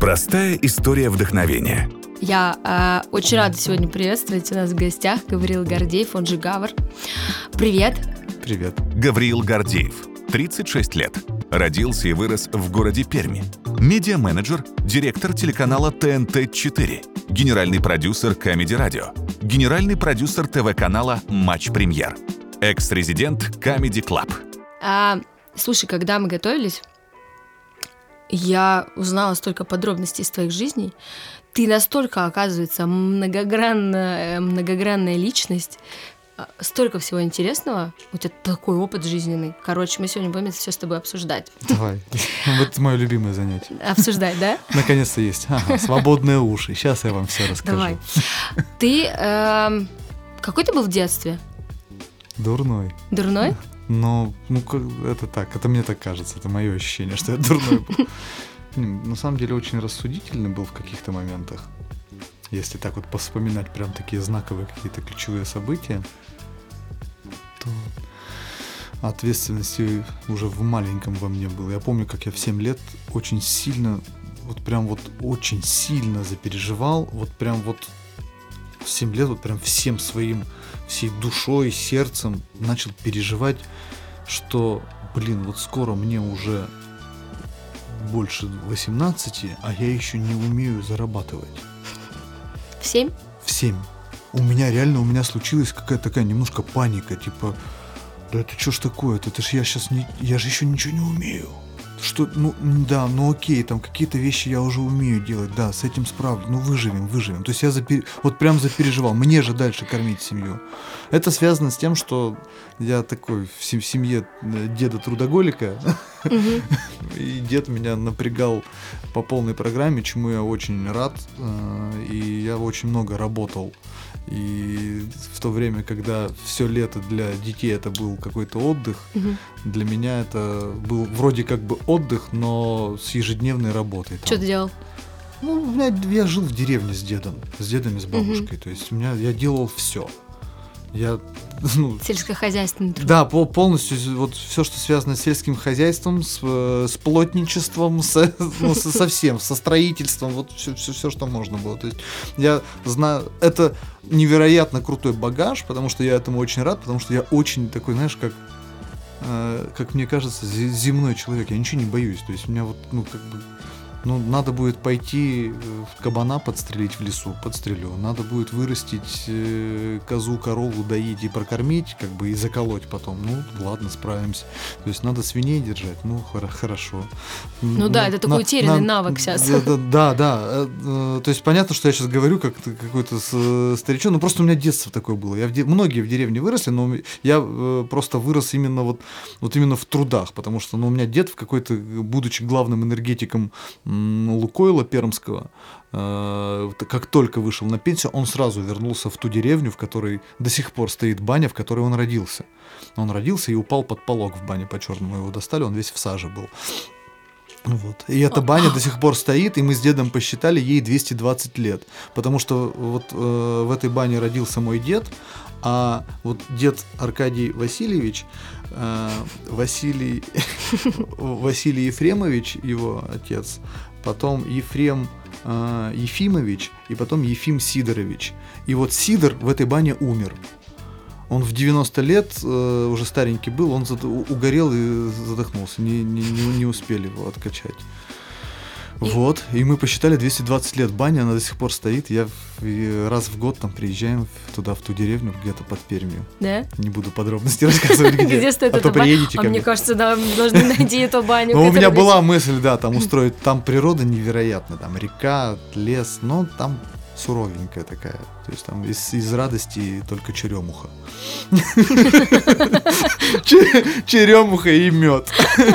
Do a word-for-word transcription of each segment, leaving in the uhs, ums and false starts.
Простая история вдохновения. Я э, очень рада сегодня приветствовать у нас в гостях Гавриил Гордеев, он же Гавр. Привет. Привет. Гавриил Гордеев, тридцать шесть лет. Родился и вырос в городе Перми. Медиа-менеджер, директор телеканала тэ эн тэ четыре, генеральный продюсер Comedy Radio, генеральный продюсер ТВ-канала Матч Премьер, экс-резидент Comedy Club. А, слушай, когда мы готовились, я узнала столько подробностей из твоих жизней. Ты настолько, оказывается, многогранная, многогранная личность, столько всего интересного. У тебя такой опыт жизненный. Короче, мы сегодня будем это все с тобой обсуждать. Давай. Вот мое любимое занятие. Обсуждать, да? Наконец-то есть. Ага, свободные уши. Сейчас я вам все расскажу. Давай. Ты... Э, какой ты был в детстве? Дурной. Дурной? Но, ну, это так, это мне так кажется, это мое ощущение, что я дурной был. На самом деле очень рассудительный был в каких-то моментах. Если так вот поспоминать прям такие знаковые какие-то ключевые события, то ответственности уже в маленьком во мне было. Я помню, как я в семь лет очень сильно, вот прям вот очень сильно запереживал, вот прям вот в семь лет вот прям всем своим, всей душой, сердцем начал переживать, что, блин, вот скоро мне уже больше восемнадцати, а я еще не умею зарабатывать. В семь? В семь. У меня реально, у меня случилась какая-то такая немножко паника, типа, да это что ж такое, это ж я сейчас не, я же еще ничего не умею. Что, ну, да, ну окей, там какие-то вещи я уже умею делать, да, с этим справлюсь, ну выживем, выживем. То есть я запер... вот прям запереживал, мне же дальше кормить семью. Это связано с тем, что я такой в семье деда-трудоголика, и дед меня напрягал по полной программе, чему я очень рад, и я очень много работал. И в то время, когда все лето для детей это был какой-то отдых, угу. для меня это был вроде как бы отдых, но с ежедневной работой. Что ты делал? Ну, у меня, я жил в деревне с дедом, с дедом и с бабушкой. Угу. То есть у меня я делал все. Я, ну, сельскохозяйственный труд. Да, полностью вот все, что связано с сельским хозяйством, с, с плотничеством, с, ну, со, со всем, со строительством, вот все, все, все, что можно было. То есть я знаю, это невероятно крутой багаж, потому что я этому очень рад, потому что я очень такой, знаешь, как, э, как мне кажется, земной человек. Я ничего не боюсь. То есть у меня вот, ну, как бы. Ну, надо будет пойти кабана подстрелить в лесу, подстрелю. Надо будет вырастить э, козу, корову, доить и прокормить, как бы и заколоть потом. Ну, ладно, справимся. То есть надо свиней держать, ну, хор- хорошо. Ну на, да, это такой на, утерянный на, навык сейчас. Да, да, да. да э, э, то есть понятно, что я сейчас говорю как какой-то старичок, но просто у меня детство такое было. Я в де- многие в деревне выросли, но я э, просто вырос именно вот, вот именно в трудах, потому что ну, у меня дед в какой-то, будучи главным энергетиком Лукойла Пермского, э, как только вышел на пенсию, он сразу вернулся в ту деревню, в которой до сих пор стоит баня, в которой он родился. Он родился и упал под полог в бане по-черному. Его достали, он весь в саже был. Вот. И эта баня до сих пор стоит, и мы с дедом посчитали, ей двести двадцать лет. Потому что вот э, в этой бане родился мой дед, а вот дед Аркадий Васильевич, э, Василий, Василий Ефремович, его отец, потом Ефрем э, Ефимович, и потом Ефим Сидорович. И вот Сидор в этой бане умер. Он в девяносто лет, э, уже старенький был, он зад... угорел и задохнулся, не, не, не успели его откачать. И... Вот, и мы посчитали двести двадцать лет бани, она до сих пор стоит. Я раз в год там приезжаем туда, в ту деревню, где-то под Пермью. Да? Не буду подробности рассказывать, где. Где стоит эта баня? А мне кажется, да, мы должны найти эту баню. Ну, у меня была мысль, да, там устроить, там природа невероятная, там река, лес, но там суровенькая такая. То есть там из, из радости только черемуха. Черемуха и мед.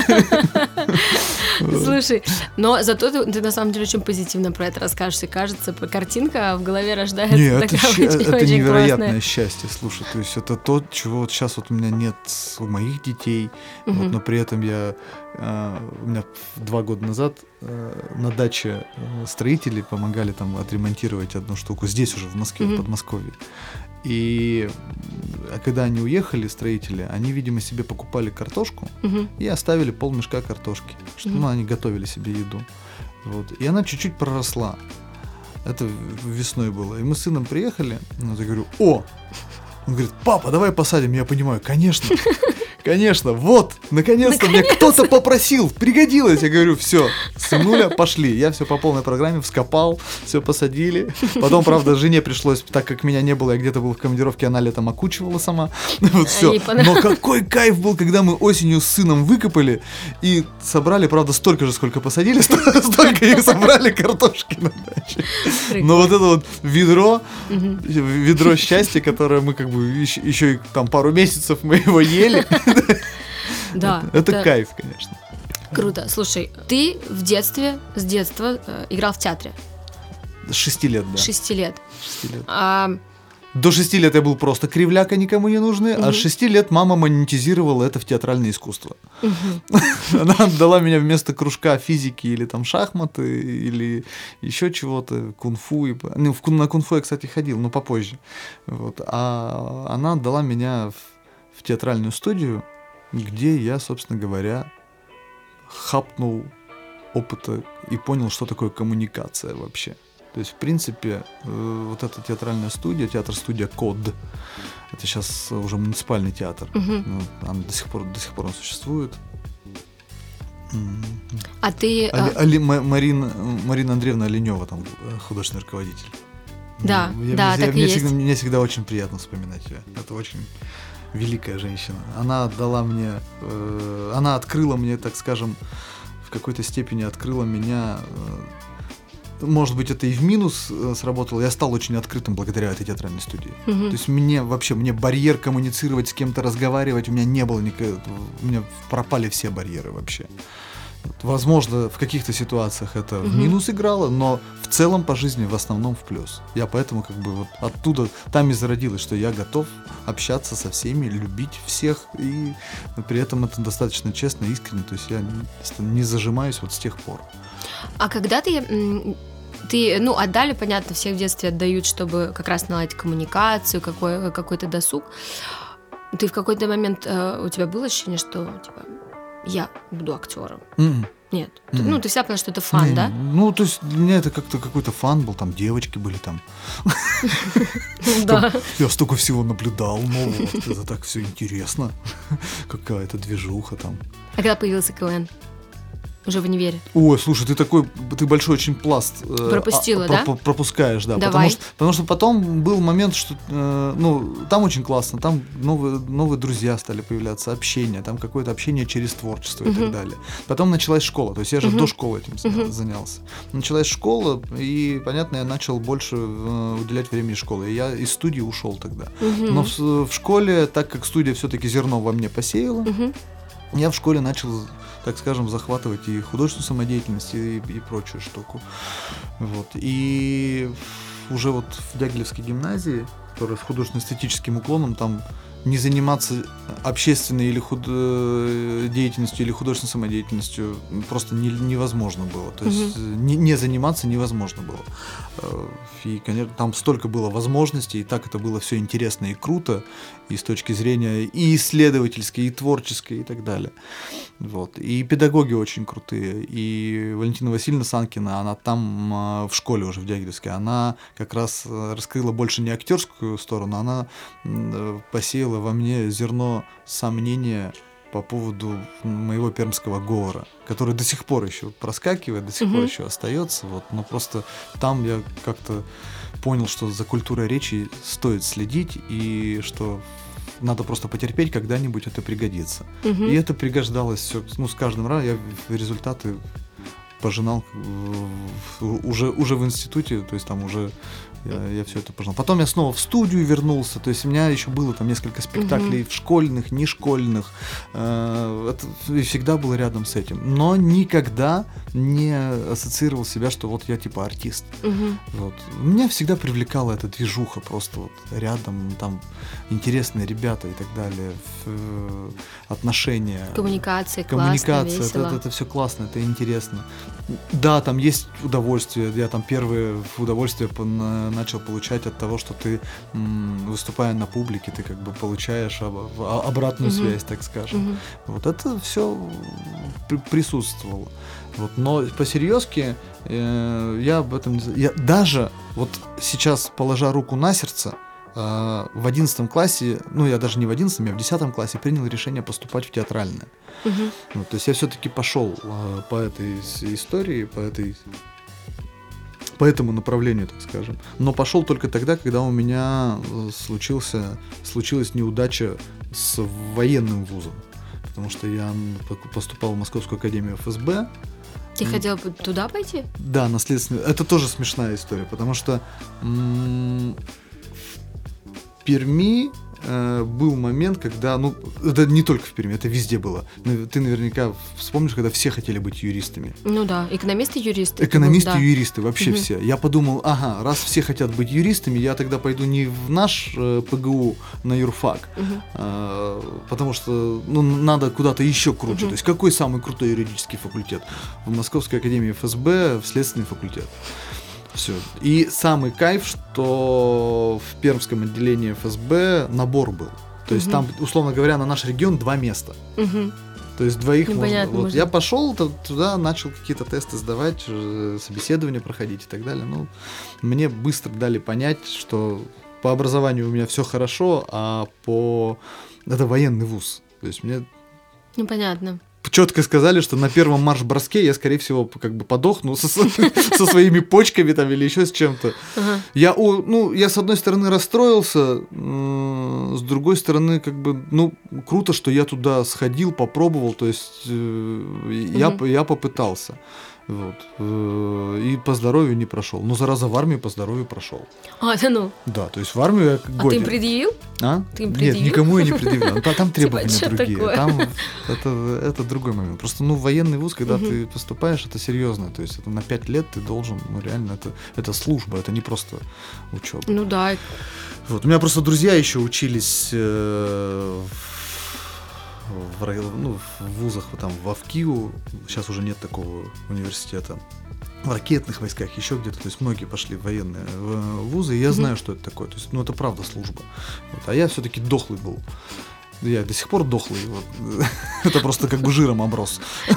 Слушай, но зато ты, ты на самом деле очень позитивно про это расскажешь. И кажется, картинка в голове рождается. Нет, это, такая щ- очень, это очень невероятное классная. счастье. Слушай, то есть это то, чего вот сейчас вот у меня нет у моих детей, Угу. вот, но при этом я э, у меня два года назад э, на даче э, строители помогали там отремонтировать одну штуку здесь уже в Москве, Угу. в Подмосковье. И а когда они уехали, строители, они, видимо, себе покупали картошку Угу. и оставили полмешка картошки, что Мгм. ну, они готовили себе еду. Вот. И она чуть-чуть проросла. Это весной было. И мы с сыном приехали, ну, я говорю, о! Он говорит, папа, давай посадим. Я понимаю, конечно, конечно, вот, наконец-то мне кто-то попросил, пригодилось. Я говорю, все, сынуля, пошли. Я все по полной программе вскопал, все посадили. Потом, правда, жене пришлось, так как меня не было, я где-то был в командировке, она летом окучивала сама. Вот все. Но какой кайф был, когда мы осенью с сыном выкопали и собрали, правда, столько же, сколько посадили, столько и собрали картошки на даче. Но вот это вот ведро, ведро счастья, которое мы как бы еще, еще и там пару месяцев мы его ели. Да. Это, это кайф, конечно. Круто. Слушай, ты в детстве, с детства э, играл в театре? С шести лет, да. Шести лет. Шести лет. А... До шести лет я был просто кривляка, никому не нужный, угу. А с шести лет мама монетизировала это в театральное искусство. Угу. Она отдала меня вместо кружка физики или там шахматы, или еще чего-то, кунг-фу. И... Ну, на кунг-фу я, кстати, ходил, но попозже. Вот. А она отдала меня в, в театральную студию, где я, собственно говоря, хапнул опыта и понял, что такое коммуникация вообще. То есть, в принципе, вот эта театральная студия, театр-студия КОД, это сейчас уже муниципальный театр, uh-huh. он до сих пор, до сих пор он существует. А ты... Али, Али, Марина, Марина Андреевна Оленева, там, художественный руководитель. Да, я, да, я, так мне, и всегда, есть. Мне всегда очень приятно вспоминать ее. Это очень великая женщина. Она дала мне, э, она открыла мне, так скажем, в какой-то степени открыла меня... Э, Может быть, это и в минус сработало. Я стал очень открытым благодаря этой театральной студии. Uh-huh. То есть мне вообще, мне барьер коммуницировать, с кем-то разговаривать, у меня не было никакого, у меня пропали все барьеры вообще. Возможно, в каких-то ситуациях это uh-huh. в минус играло, но в целом по жизни в основном в плюс. Я поэтому как бы вот оттуда, там и зародилось, что я готов общаться со всеми, любить всех, и при этом это достаточно честно, искренне. То есть я не зажимаюсь вот с тех пор. А когда ты... Ты, ну, отдали, понятно, всех в детстве отдают, чтобы как раз наладить коммуникацию, какой, какой-то досуг. Ты в какой-то момент, э, у тебя было ощущение, что, типа, я буду актером? Mm-mm. Нет. Mm-mm. Ты, ну, ты всегда поняла, что это фан, Не, да? Ну, то есть для меня это как-то какой-то фан был, там девочки были там. Да. Я столько всего наблюдал, ну, это так все интересно. Какая-то движуха там. А когда появился КВН? Уже в универе. Ой, слушай, ты такой, ты большой очень пласт э, пропустила, а, да? Про, пропускаешь, да. Давай. Потому что, потому что потом был момент, что, э, ну, там очень классно, там новые, новые друзья стали появляться, общение, там какое-то общение через творчество uh-huh. и так далее. Потом началась школа, то есть я же uh-huh. до школы этим uh-huh. занялся. Началась школа, и, понятно, я начал больше э, уделять времени школе. И я из студии ушел тогда. Uh-huh. Но в, в школе, так как студия все-таки зерно во мне посеяла, uh-huh. я в школе начал, так скажем, захватывать и художественную самодеятельность, и, и прочую штуку. Вот. И уже вот в Дягилевской гимназии, которая с художественно-эстетическим уклоном, там не заниматься общественной или худ... деятельностью, или художественной самодеятельностью просто не... невозможно было. То есть угу. не... не заниматься невозможно было. И, конечно, там столько было возможностей, и так это было все интересно и круто, и с точки зрения и исследовательской, и творческой, и так далее. Вот. И педагоги очень крутые. И Валентина Васильевна Санкина, она там в школе уже в Дягилевской, она как раз раскрыла больше не актерскую сторону, она посеяла во мне зерно сомнения по поводу моего пермского говора, который до сих пор еще проскакивает, до сих mm-hmm. пор еще остается. Вот. Но просто там я как-то понял, что за культурой речи стоит следить, и что надо просто потерпеть, когда-нибудь это пригодится. Mm-hmm. И это пригождалось все. Ну, с каждым разом я результаты пожинал уже, уже в институте, то есть там уже я, я все это пожинал. Потом я снова в студию вернулся, то есть у меня еще было там несколько спектаклей mm-hmm. школьных, не школьных, э, это, и всегда был рядом с этим, но никогда не ассоциировал себя, что вот я типа артист. Mm-hmm. Вот. Меня всегда привлекала эта движуха, просто вот рядом, там интересные ребята и так далее, в, отношения. Коммуникация, коммуникация, классно, весело. Это, это все классно, это интересно. Да, там есть удовольствие, я там первое удовольствие начал получать от того, что ты, выступая на публике, ты как бы получаешь обратную uh-huh. связь, так скажем. Uh-huh. Вот это все при- присутствовало. Вот. Но по-серьезки э, я об этом не знаю. Я даже вот сейчас, положа руку на сердце, э, в одиннадцатом классе, ну я даже не в одиннадцатом, я в десятом классе принял решение поступать в театральное. Мгм. Вот, то есть я все-таки пошел э, по этой с- истории, по этой по этому направлению, так скажем. Но пошел только тогда, когда у меня э, случился, случилась неудача с военным вузом. Потому что я м, по- поступал в Московскую академию эф эс бэ. Ты М. хотел бы туда пойти? Да, наследственный. Это тоже смешная история, потому что м, в Перми э, был момент, когда, ну, это не только в Перми, это везде было. Ну, ты наверняка вспомнишь, когда все хотели быть юристами. Ну да, экономисты, юристы. Экономисты, Да. юристы, вообще Мгм. все. Я подумал, ага, раз все хотят быть юристами, я тогда пойду не в наш э, пэ гэ у на юрфак, Мгм. а, потому что ну, надо куда-то еще круче. Мгм. То есть какой самый крутой юридический факультет? В Московской академии эф эс бэ, в следственный факультет. Все. И самый кайф, что в Пермском отделении эф эс бэ набор был. То есть Мгм. там, условно говоря, на наш регион два места. Мгм. То есть двоих Ну, можно. понятно, Вот можно. я пошел т- туда, начал какие-то тесты сдавать, э, собеседования проходить и так далее. Ну, мне быстро дали понять, что по образованию у меня все хорошо, а по это военный вуз. То есть мне Ну понятно. четко сказали, что на первом марш-броске я, скорее всего, как бы подохну со, со- со своими почками там или еще с чем-то. Ага. Я, о, ну, я с одной стороны расстроился, м, с другой стороны, как бы, ну, круто, что я туда сходил, попробовал, то есть э, я, Мгм. я попытался. Вот. Э, И по здоровью не прошел. Но зараза в армию по здоровью прошел. А, да ну. Да, то есть в армию я А ты годен. им предъявил? А? Ты им Нет, предъявил? никому я не предъявлял. Та- Там требования Типа, чё другие. такое? Там это, это другой момент. Просто, ну, военный вуз, когда Мгм. ты поступаешь, это серьезно. То есть это на пять лет ты должен, ну, реально, это, это служба, это не просто учеба. Ну да. Вот. У меня просто друзья еще учились э, в, рай- ну, в вузах, вот там, в АФКИУ. Сейчас уже нет такого университета. В ракетных войсках, еще где-то. То есть многие пошли в военные э, вузы, и я Мгм. знаю, что это такое. То есть, ну, это правда служба. Вот. А я все-таки дохлый был. Я до сих пор дохлый. Вот. Это просто как бы жиром оброс.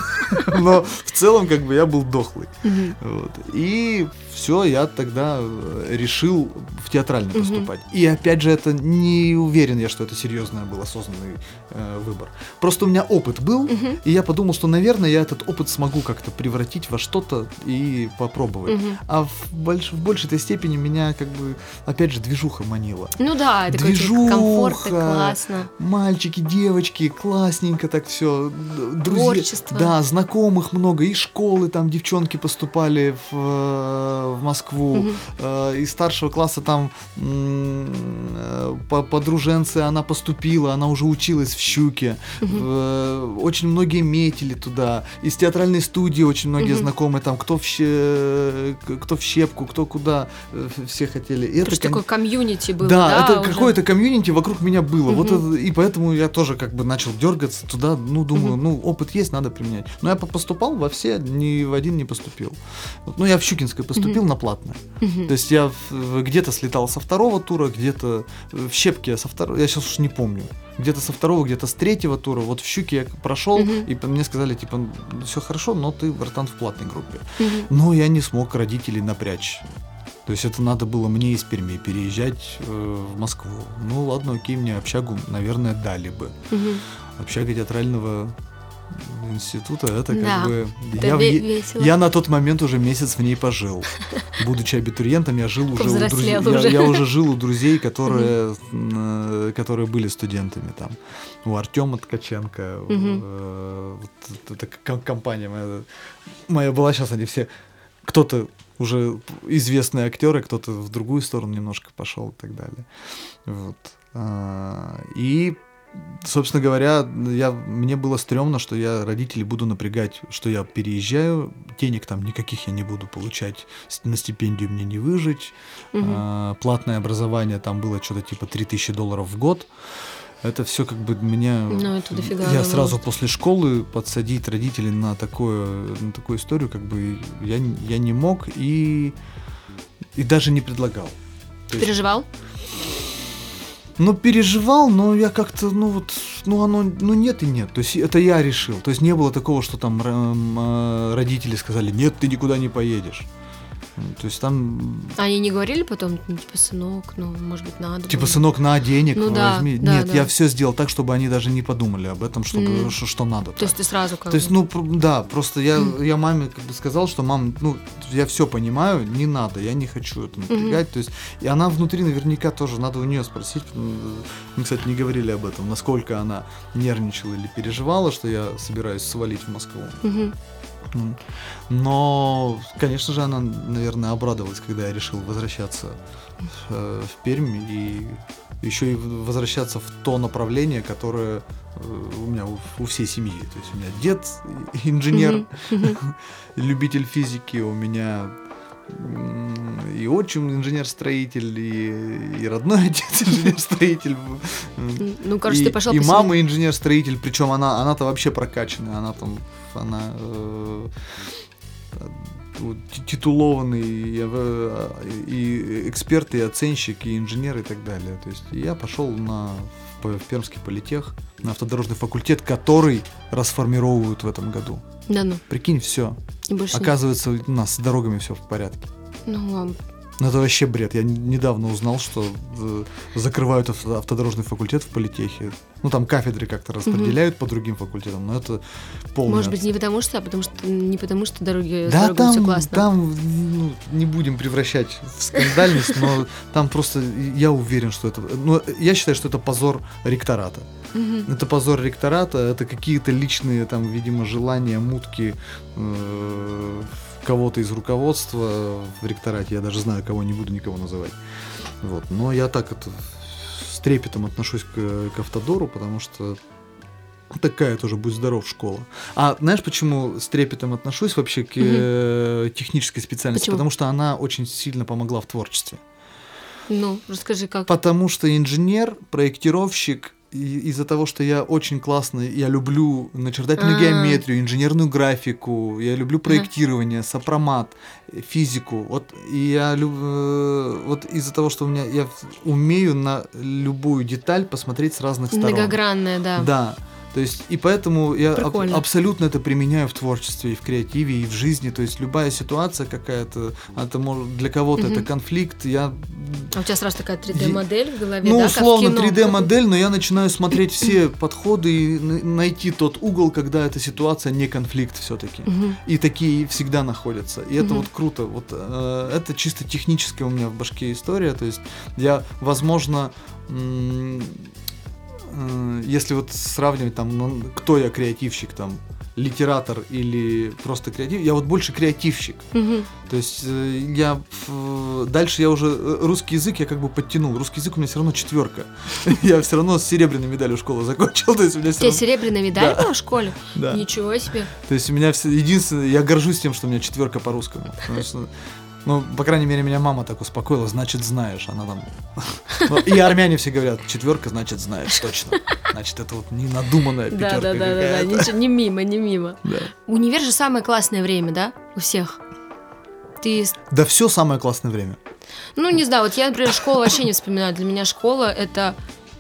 Но в целом, как бы, я был дохлый. Мгм. Вот. И все, я тогда э, решил в театральный Мгм. поступать. И опять же, это не уверен я, что это серьезный был осознанный э, выбор. Просто у меня опыт был, Мгм. и я подумал, что, наверное, я этот опыт смогу как-то превратить во что-то и попробовать. Мгм. А в, больш- в большей степени меня, как бы, опять же, движуха манила. Ну да, такой типа, Движуха. комфортно, классно. Мальчики, девочки, классненько так все. Друзья, Творчество. да, знакомых много. И школы там девчонки поступали в, э, в Москву. Мгм. Э, Из старшего класса там м, э, по- подруженцы она поступила, она уже училась в Щуке. Э, Очень многие метили туда. Из театральной студии очень многие Мгм. знакомые там, кто в, ще- кто в Щепку, кто куда, э, все хотели. И Потому что кон- такое комьюнити было, да, да, это уже? какое-то комьюнити вокруг меня было. Вот Мгм. это- и поэтому я тоже как бы начал дергаться туда. Ну, думаю, Мгм. ну, опыт есть, надо применять. Но я по- поступал во все, ни в один не поступил. Вот, ну, я в Щукинское поступил Мгм. на платное. Мгм. То есть я в- где-то слетал со второго тура, где-то в Щепке я со второго, я сейчас уж не помню. Где-то со второго, где-то с третьего тура. Вот в Щуке я прошел, Мгм. и по- мне сказали, типа, все хорошо, но ты, братан, в платной группе. Мгм. Но я не смог родителей напрячь. То есть это надо было мне из Перми переезжать э, в Москву. Ну ладно, окей, мне общагу, наверное, дали бы. Мгм. Общага театрального института, это Да, как бы... это я, в ве- е- весело. я на тот момент уже месяц в ней пожил. Будучи абитуриентом, я жил уже у друзей. Повзрослел Я, уже. я уже жил у друзей, которые, э, которые были студентами там. У Артема Ткаченко. у, Мгм. э, вот эта ком- компания моя, моя была, сейчас они все... Кто-то уже известные актеры, кто-то в другую сторону немножко пошел и так далее. Вот. А, И, собственно говоря, я, мне было стрёмно, что я родителей буду напрягать, что я переезжаю, денег там никаких я не буду получать, с- на стипендию мне не выжить, Мгм. а, платное образование там было что-то типа три тысячи долларов в год. Это все как бы меня... Ну, это дофига, Я да, сразу может. после школы подсадить родителей на, такое, на такую историю, как бы я, н- я не мог и, и даже не предлагал. То есть, Переживал? ну, переживал, но я как-то, ну вот, ну, оно, ну, нет и нет. То есть это я решил. То есть не было такого, что там э, родители сказали, нет, ты никуда не поедешь. То есть там... Они не говорили потом, ну, типа, сынок, ну, может быть, надо Типа, было. сынок, на денег Ну да, возьми. да, Нет, да. я все сделал так, чтобы они даже не подумали об этом, чтобы, Мгм. что, что надо. То есть ты сразу как То есть, бы... ну, пр- да, просто я, я маме как бы сказал, что мам, ну, я все понимаю, не надо, я не хочу это напрягать. То есть, и она внутри наверняка тоже, надо у нее спросить. Мы, кстати, не говорили об этом, насколько она нервничала или переживала, что я собираюсь свалить в Москву. Мгм. М. Но, конечно же, она, наверное, обрадовалась, когда я решил возвращаться э, в Пермь и еще и возвращаться в то направление, которое э, у меня у, у всей семьи. То есть у меня дед инженер, Мгм. любитель физики, у меня м, и отчим инженер-строитель, и, и родной отец инженер-строитель. М. Ну, короче, и, ты пошел и по себе. мама инженер-строитель, причем она, она-то вообще прокачанная, она там, она э, вот, ти- титулованный и, э, и эксперт, и оценщик, и инженер, и так далее. То есть я пошел на в Пермский политех, на автодорожный факультет, который расформировывают в этом году. Да ну, Прикинь, все. и больше нет. Оказывается, у нас с дорогами все в порядке. Ну, а Ну, это вообще бред. Я н- недавно узнал, что э, закрывают авто- автодорожный факультет в политехе. Ну, там кафедры как-то распределяют по другим факультетам, но это полный может быть, отстой. не потому что, а потому что не потому что дороги, с Да, дорогами все там, классно. там ну, не будем превращать в скандальность, но там просто я уверен, что это... Ну, я считаю, что это позор ректората. Мгм. Это позор ректората, это какие-то личные, там, видимо, желания, мутки э, кого-то из руководства в ректорате. Я даже знаю, кого, не буду никого называть. Вот. Но я так это с трепетом отношусь к, к автодору, потому что такая тоже, будь здоров, школа. А знаешь, почему с трепетом отношусь вообще к э, технической специальности? Почему? Потому что она очень сильно помогла в творчестве. Ну, расскажи, как. Потому что инженер, проектировщик, и- из-за того, что я очень классно, я люблю начертательную А. геометрию, инженерную графику, я люблю проектирование, сопромат, э, физику. Вот и я люб- э, вот из-за того, что у меня я в- умею на любую деталь посмотреть с разных сторон. Многогранная, да. Да. То есть, и поэтому я аб- Прикольно. абсолютно это применяю в творчестве, и в креативе, и в жизни. То есть любая ситуация какая-то, это может для кого-то Мгм. это конфликт. Я А у тебя сразу такая три Е- дэ-модель в голове, ну, да, как в условно, кино? три дэ-модель, но я начинаю смотреть все подходы и н- найти тот угол, когда эта ситуация не конфликт все-таки. Мгм. И такие всегда находятся. И это Мгм. вот круто. Вот э, это чисто техническая у меня в башке история. То есть я, возможно, м, э, если вот сравнивать там, ну, кто я креативщик там, литератор или просто креатив, я вот больше креативщик. Мгм. То есть э, я э, дальше я уже э, русский язык я как бы подтянул. Русский язык у меня все равно четверка. Я все равно с серебряной медалью школу закончил. То есть у меня У все тебя равно... серебряная медаль Да. была в школе? Да. Ничего себе. То есть у меня все единственное, я горжусь тем, что у меня четверка по русскому. Потому что, ну, по крайней мере, меня мама так успокоила, значит, знаешь. Она там. Ну, и армяне все говорят, четверка, значит, знаешь, точно. Значит, это вот не надуманная Да, пятерка да, да, да, да. какая-то. Ничего, не мимо, не мимо. Да. Универ же самое классное время, да? У всех. Ты, с- Да все самое классное время. ну, не знаю, вот я, например, школу вообще не вспоминаю. Для меня школа это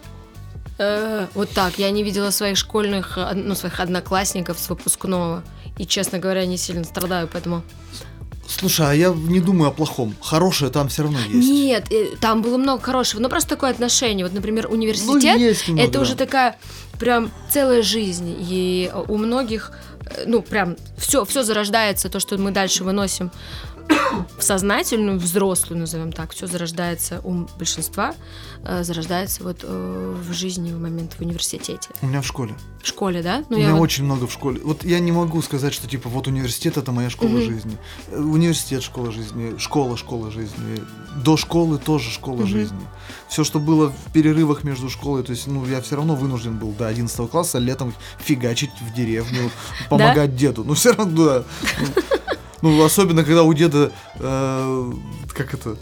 э, вот так. Я не видела своих школьных, э, ну, своих одноклассников с выпускного. И, честно говоря, не сильно страдаю, поэтому... Слушай, а я не думаю о плохом. Хорошее там все равно есть. Нет, э, там было много хорошего. Ну, просто такое отношение. Вот, например, Ну, университет. есть немного, Это да. уже такая прям целая жизнь. И у многих, э, ну, прям все, все зарождается, то, что мы дальше выносим в сознательную, взрослую, назовем так, все зарождается у большинства, э, зарождается вот э, в жизни в момент в университете. У меня в школе. В школе, да? Ну, У меня вот- очень много в школе. Вот я не могу сказать, что типа вот университет это моя школа Мгм. жизни. Э, Университет школа жизни, школа школа жизни. До школы тоже школа Мгм. жизни. Все, что было в перерывах между школой, то есть, ну, я все равно вынужден был до одиннадцатого класса летом фигачить в деревню, помогать деду. Ну, все равно, да. Ну, особенно, когда у деда, э, как это,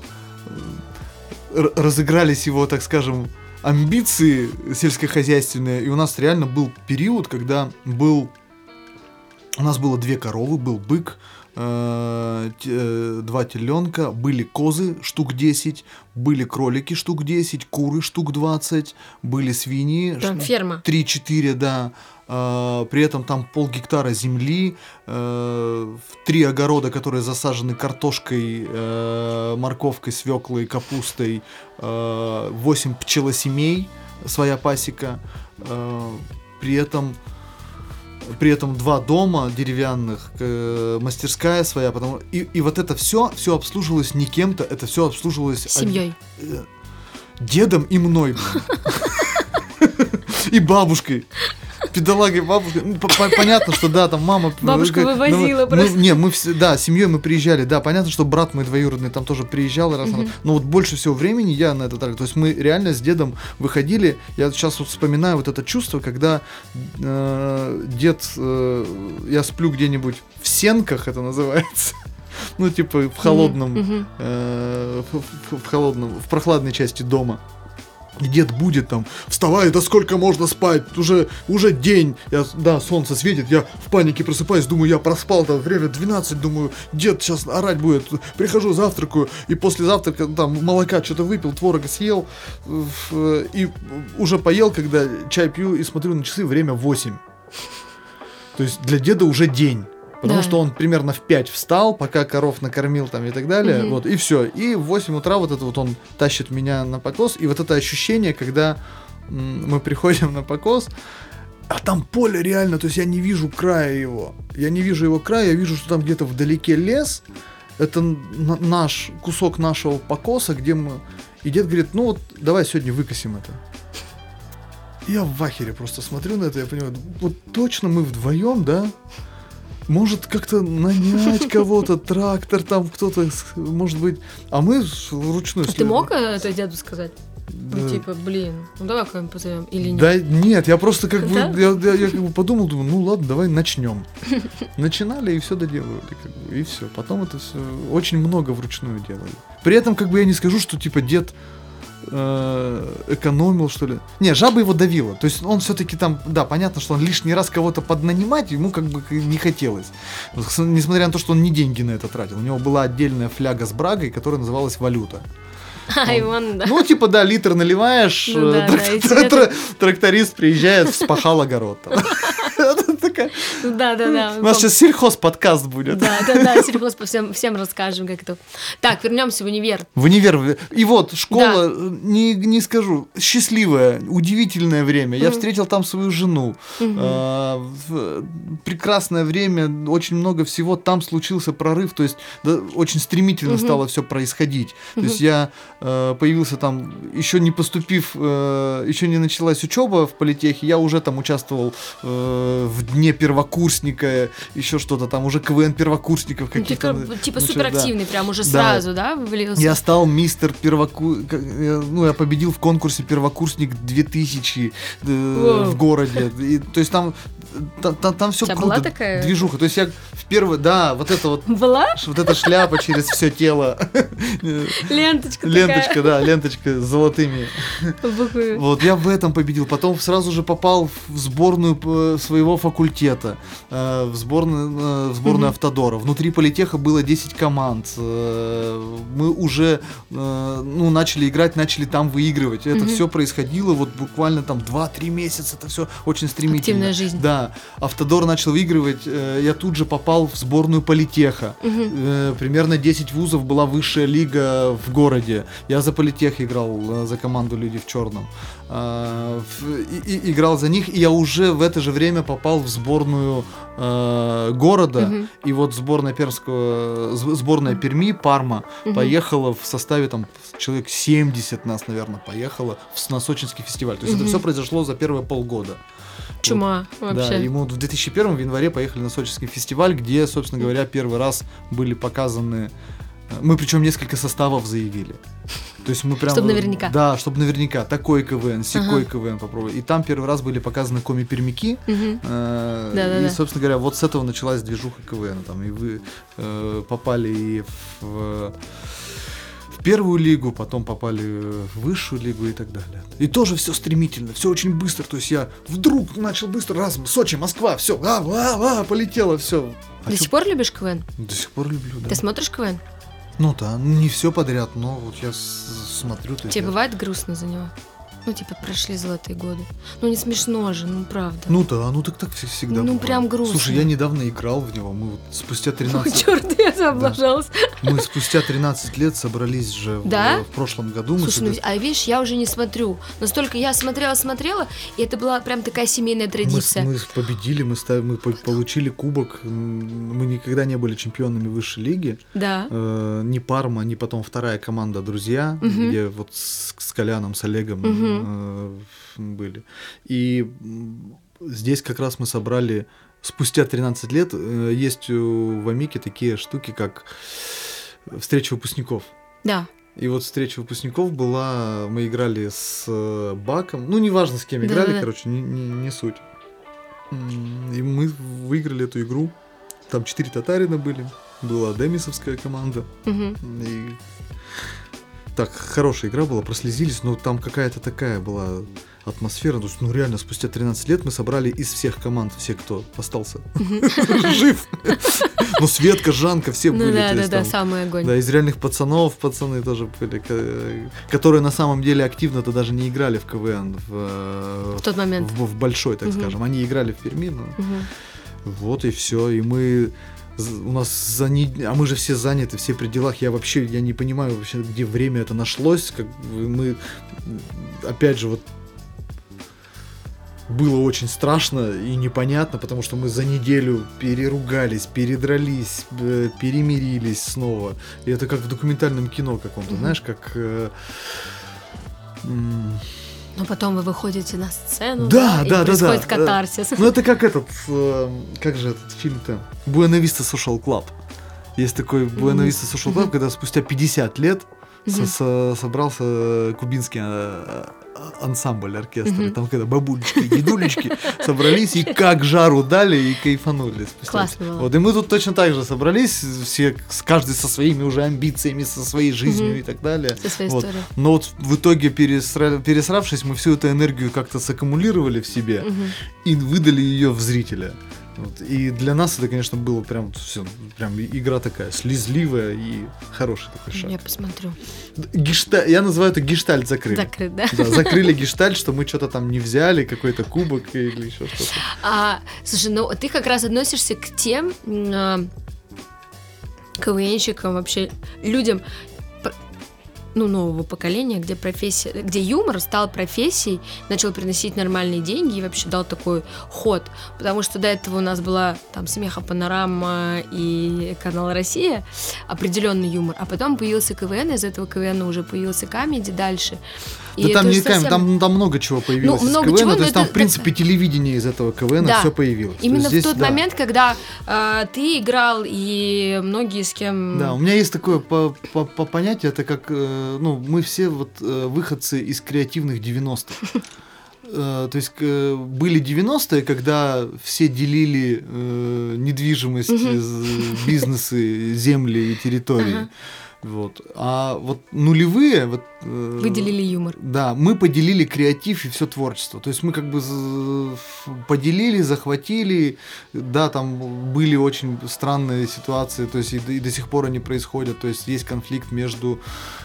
э, р- разыгрались его, так скажем, амбиции сельскохозяйственные, и у нас реально был период, когда был У нас было две коровы, был бык, э, те, два теленка, были козы штук десять, были кролики штук десять, куры штук двадцать, были свиньи. Прям ферма. три-четыре, да. Э, при этом там полгектара земли, э, три огорода, которые засажены картошкой, э, морковкой, свеклой, капустой, э, восемь пчелосемей, своя пасека. Э, при этом При этом два дома деревянных, э, мастерская своя, потому и, и вот это все, все обслуживалось не кем-то, это все обслуживалось семьей, од... э, дедом и мной, блин. И бабушкой. Педалагой бабушкой. Ну, понятно, что да, там мама... Бабушка вывозила ну, просто. Мы, не, мы все, да, семьей мы приезжали, да, понятно, что брат мой двоюродный там тоже приезжал раз, uh-huh. но вот больше всего времени я на это тратил. То есть мы реально с дедом выходили, я сейчас вот вспоминаю вот это чувство, когда э, дед, э, я сплю где-нибудь в сенках, это называется, ну типа в холодном, uh-huh. э, в, в, в холодном, в прохладной части дома. И дед будет там, вставай, да сколько можно спать, уже, уже день, я, да, солнце светит, я в панике просыпаюсь, думаю, я проспал, там время двенадцать, думаю, дед сейчас орать будет, прихожу, завтракаю, и после завтрака там молока что-то выпил, творога съел, и уже поел, когда чай пью и смотрю на часы, время восемь. То есть для деда уже день. Потому да. что он примерно в пять встал, пока коров накормил там и так далее, mm-hmm. вот, и все. И в восемь утра вот это вот он тащит меня на покос, и вот это ощущение, когда м- мы приходим на покос, а там поле реально, то есть я не вижу края его, я не вижу его края, я вижу, что там где-то вдалеке лес, это н- наш, кусок нашего покоса, где мы, и дед говорит, ну вот давай сегодня выкосим это. Я в ахере просто смотрю на это, я понимаю, вот точно мы вдвоем, да? Может как-то нанять кого-то, трактор там кто-то, может быть. А мы вручную... А ты мог это деду сказать? Да. Ну, типа, блин, ну давай кого-нибудь позовем или нет? Да нет, я просто как бы, да? я, я, я как бы подумал, думаю, ну ладно, давай начнем. Начинали и все доделывали, как бы, и все. Потом это все очень много вручную делали. При этом как бы я не скажу, что типа дед экономил, что ли. Не, жаба его давила. То есть он все-таки там, да, понятно, что он лишний раз кого-то поднанимать ему как бы не хотелось. Несмотря на то, что он не деньги на это тратил. У него была отдельная фляга с брагой, которая называлась «Валюта». А, он, вон, да. Ну, типа, да, литр наливаешь, ну, да, трак- да, трак- тракторист приезжает, вспахал огород. Да, да, да. У нас сейчас сельхоз-подкаст будет. Да, да, да, сельхоз по всем, всем расскажем, как это. Так, вернемся в универ. В универ. И вот, школа, да. не, не скажу, счастливое, удивительное время. Я mm-hmm. встретил там свою жену. Mm-hmm. А, прекрасное время, очень много всего. Там случился прорыв, то есть да, очень стремительно mm-hmm. стало все происходить. Mm-hmm. То есть я э, появился там, еще не поступив, э, еще не началась учеба в политехе, я уже там участвовал э, в дне первокурсника, еще что-то там, уже КВН первокурсников какие-то. Ну, типа ну, суперактивный, да. прям уже да. сразу, да, вывалился? Я стал мистер первокурсник, ну, я победил в конкурсе первокурсник две тысячи э, в городе. И, то есть там Там, там, там все круто, была такая движуха. То есть я в первый, да, вот это вот. Была? Вот эта шляпа через все тело. Ленточка Ленточка, да, ленточка с золотыми. Буквы. Вот, я в этом победил. Потом сразу же попал в сборную своего факультета, в сборную, в сборную Автодора. Внутри политеха было десять команд. Мы уже ну, начали играть, начали там выигрывать. Это все происходило вот буквально там два-три месяца. Это все очень стремительно. Активная жизнь. Да, Автодор начал выигрывать, я тут же попал в сборную политеха. Угу. Примерно десять вузов, была высшая лига в городе. Я за политех играл, за команду «Люди в черном». И, и, играл за них, и я уже в это же время попал в сборную э, города. Угу. И вот сборная Пермского, сборная Перми, Парма, угу. поехала в составе там человек семьдесят нас, наверное, поехала на сочинский фестиваль. То есть угу. это все произошло за первые полгода. Чума вот, вообще. Да, и мы в две тысячи первом в январе поехали на сочинский фестиваль, где, собственно говоря, первый раз были показаны. Мы причем несколько составов заявили. То есть мы прям. Чтобы наверняка. Да, чтобы наверняка. Такой КВН, сякой ага. КВН попробуй. И там первый раз были показаны коми-пермяки. Угу. Э, да, и, да, собственно говоря, вот с этого началась движуха КВН. Там, и вы э, попали и в. в первую лигу, потом попали в высшую лигу и так далее. И тоже все стремительно, все очень быстро. То есть я вдруг начал быстро, раз, Сочи, Москва, все, а, а, а, полетело, все. А До чё- сих пор любишь КВН? До сих пор люблю, да. Ты смотришь КВН? Ну да, не все подряд, но вот я с- смотрю. то есть Тебе я- бывает грустно за него? Ну, типа, прошли золотые годы. Ну, не смешно же, ну, правда. Ну да, ну так так вс- всегда Ну, бывает. прям грустно. Слушай, я недавно играл в него, мы вот спустя Ой, тринадцать... черт, я заблажалась. Мы спустя тринадцать лет собрались же в- Да? в, прошлом году. Мы Слушай, ну, сюда- а видишь, я уже не смотрю. Настолько я смотрела-смотрела, и это была прям такая семейная мы, с- традиция. мы победили, мы, став- мы по- получили кубок. М, Мы никогда не были чемпионами высшей лиги. Да. Э, ни Парма, ни потом вторая команда «Друзья», Мгм. где вот с, с Коляном, с Олегом Мгм. э, были. И м, здесь как раз мы собрали, спустя тринадцать лет, э, есть у- в Амике такие штуки, как встреча выпускников. Да. И вот встреча выпускников была, мы играли с э, Баком, ну, неважно, с кем играли, Да-да-да. короче, не, не, не суть. М, И мы выиграли эту игру. Там четыре татарина были, была демисовская команда. Мгм. И так, хорошая игра была, прослезились, но там какая-то такая была атмосфера. То есть, ну реально, спустя тринадцать лет мы собрали из всех команд, все, кто остался жив. Ну, Светка, Жанка, все Ну были. да, то да, есть да, там, самый огонь. да, из реальных пацанов пацаны тоже были, ко- которые на самом деле активно-то даже не играли в КВН, в, э, В тот момент. в, в большой, так Мгм. скажем. Они играли в Перми, но Мгм. вот и все. И мы з- у нас за не- а мы же все заняты, все при делах. Я вообще я не понимаю вообще, где время это нашлось. Как бы мы м, опять же вот было очень страшно и непонятно, потому что мы за неделю переругались, передрались, э, перемирились снова. И это как в документальном кино каком-то, Мгм. знаешь, как... э, м, Но потом вы выходите на сцену, Да, и да, да, происходит да, катарсис. Ну это как этот, э, как же этот фильм-то? Буэна Виста Social Club. Есть такой Буэна Мгм. Виста Social Club, Мгм. когда спустя пятьдесят лет со- Мгм. со- собрался кубинский э, ансамбль, оркестр. И Мгм. там когда бабулечки, дедулечки собрались и как жару дали и кайфанули. спустя- Классно было. Вот, и мы тут точно так же собрались, все, с- каждый со своими уже амбициями, со своей жизнью Мгм. и так далее. Со своей Вот. историей. Но вот в итоге, пересра- пересравшись, мы всю эту энергию как-то саккумулировали в себе Мгм. и выдали ее в зрителя. Вот. И для нас это, конечно, было прям все, прям и- игра такая слезливая и хороший такой шаг. Я посмотрю. Гешта... Я называю это гештальт закрыли. Закрыт, да? Да, закрыли гештальт, что мы что-то там не взяли, какой-то кубок или еще что-то. А, слушай, ну ты как раз относишься к тем м, а, КВНщикам, вообще людям п- ну, нового поколения, где профессия, где юмор стал профессией, начал приносить нормальные деньги и вообще дал такой ход. Потому что до этого у нас была там Смеха Панорама и канал Россия, определенный юмор. А потом появился КВН, из этого КВН уже появился камеди дальше. И Да это там уже не камень, совсем- там, там много чего появилось Ну, из много КВН, чего, то но есть там, это- в принципе, телевидение из этого КВН Да. все появилось. То Именно есть здесь, в тот да. момент, когда э, ты играл, и многие с кем... Да, у меня есть такое по, по, по понятие, это как, э, ну, мы все вот э, выходцы из креативных девяностых. Э, То есть э, были девяностые, когда все делили э, недвижимость, Мгм. з- бизнесы, земли и территории. Ага. Вот. А вот нулевые... Вот, э, Выделили юмор. Да, мы поделили креатив и все творчество. То есть мы как бы з- поделили, захватили. Да, там были очень странные ситуации, то есть и, до- и до сих пор они происходят. То есть есть конфликт между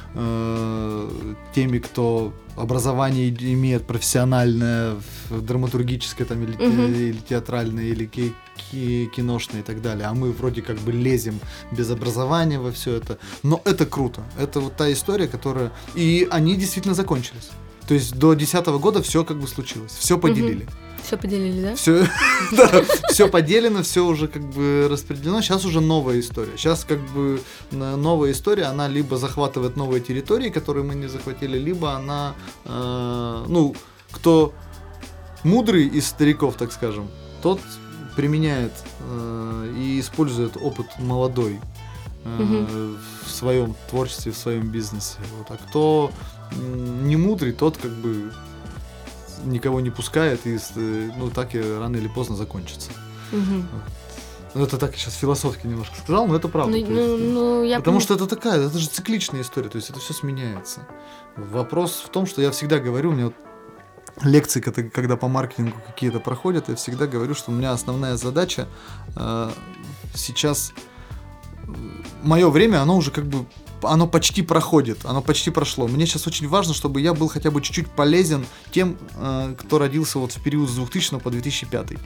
э, теми, кто образование имеет профессиональное, в- драматургическое там, или, те- Мгм. или театральное, или ки- ки- киношное и так далее. А мы вроде как бы лезем без образования во все это. Но это круто. Это вот та история, которая... И они действительно закончились. То есть до десятого года все как бы случилось. Все поделили. Все поделили, да? Все, да, все поделено, все уже как бы распределено. Сейчас уже новая история. Сейчас как бы на- новая история, она либо захватывает новые территории, которые мы не захватили, либо она, э, ну, кто мудрый из стариков, так скажем, тот применяет э, и использует опыт молодой э, Мгм. в своем творчестве, в своем бизнесе. Вот. А кто м, не мудрый, тот как бы никого не пускает, и с- э, ну так и рано или поздно закончится. Мгм. Ну, это так я сейчас философски немножко сказал, но это правда. Ну, То ну, есть, ну, я потому пом- что это такая, это же цикличная история, то есть это все сменяется. Вопрос в том, что я всегда говорю, у меня вот лекции, когда, когда по маркетингу какие-то проходят, я всегда говорю, что у меня основная задача э, сейчас, мое время, оно уже как бы, оно почти проходит, оно почти прошло. Мне сейчас очень важно, чтобы я был хотя бы чуть-чуть полезен тем, э, кто родился вот в период с двухтысячного по две тысячи пятый.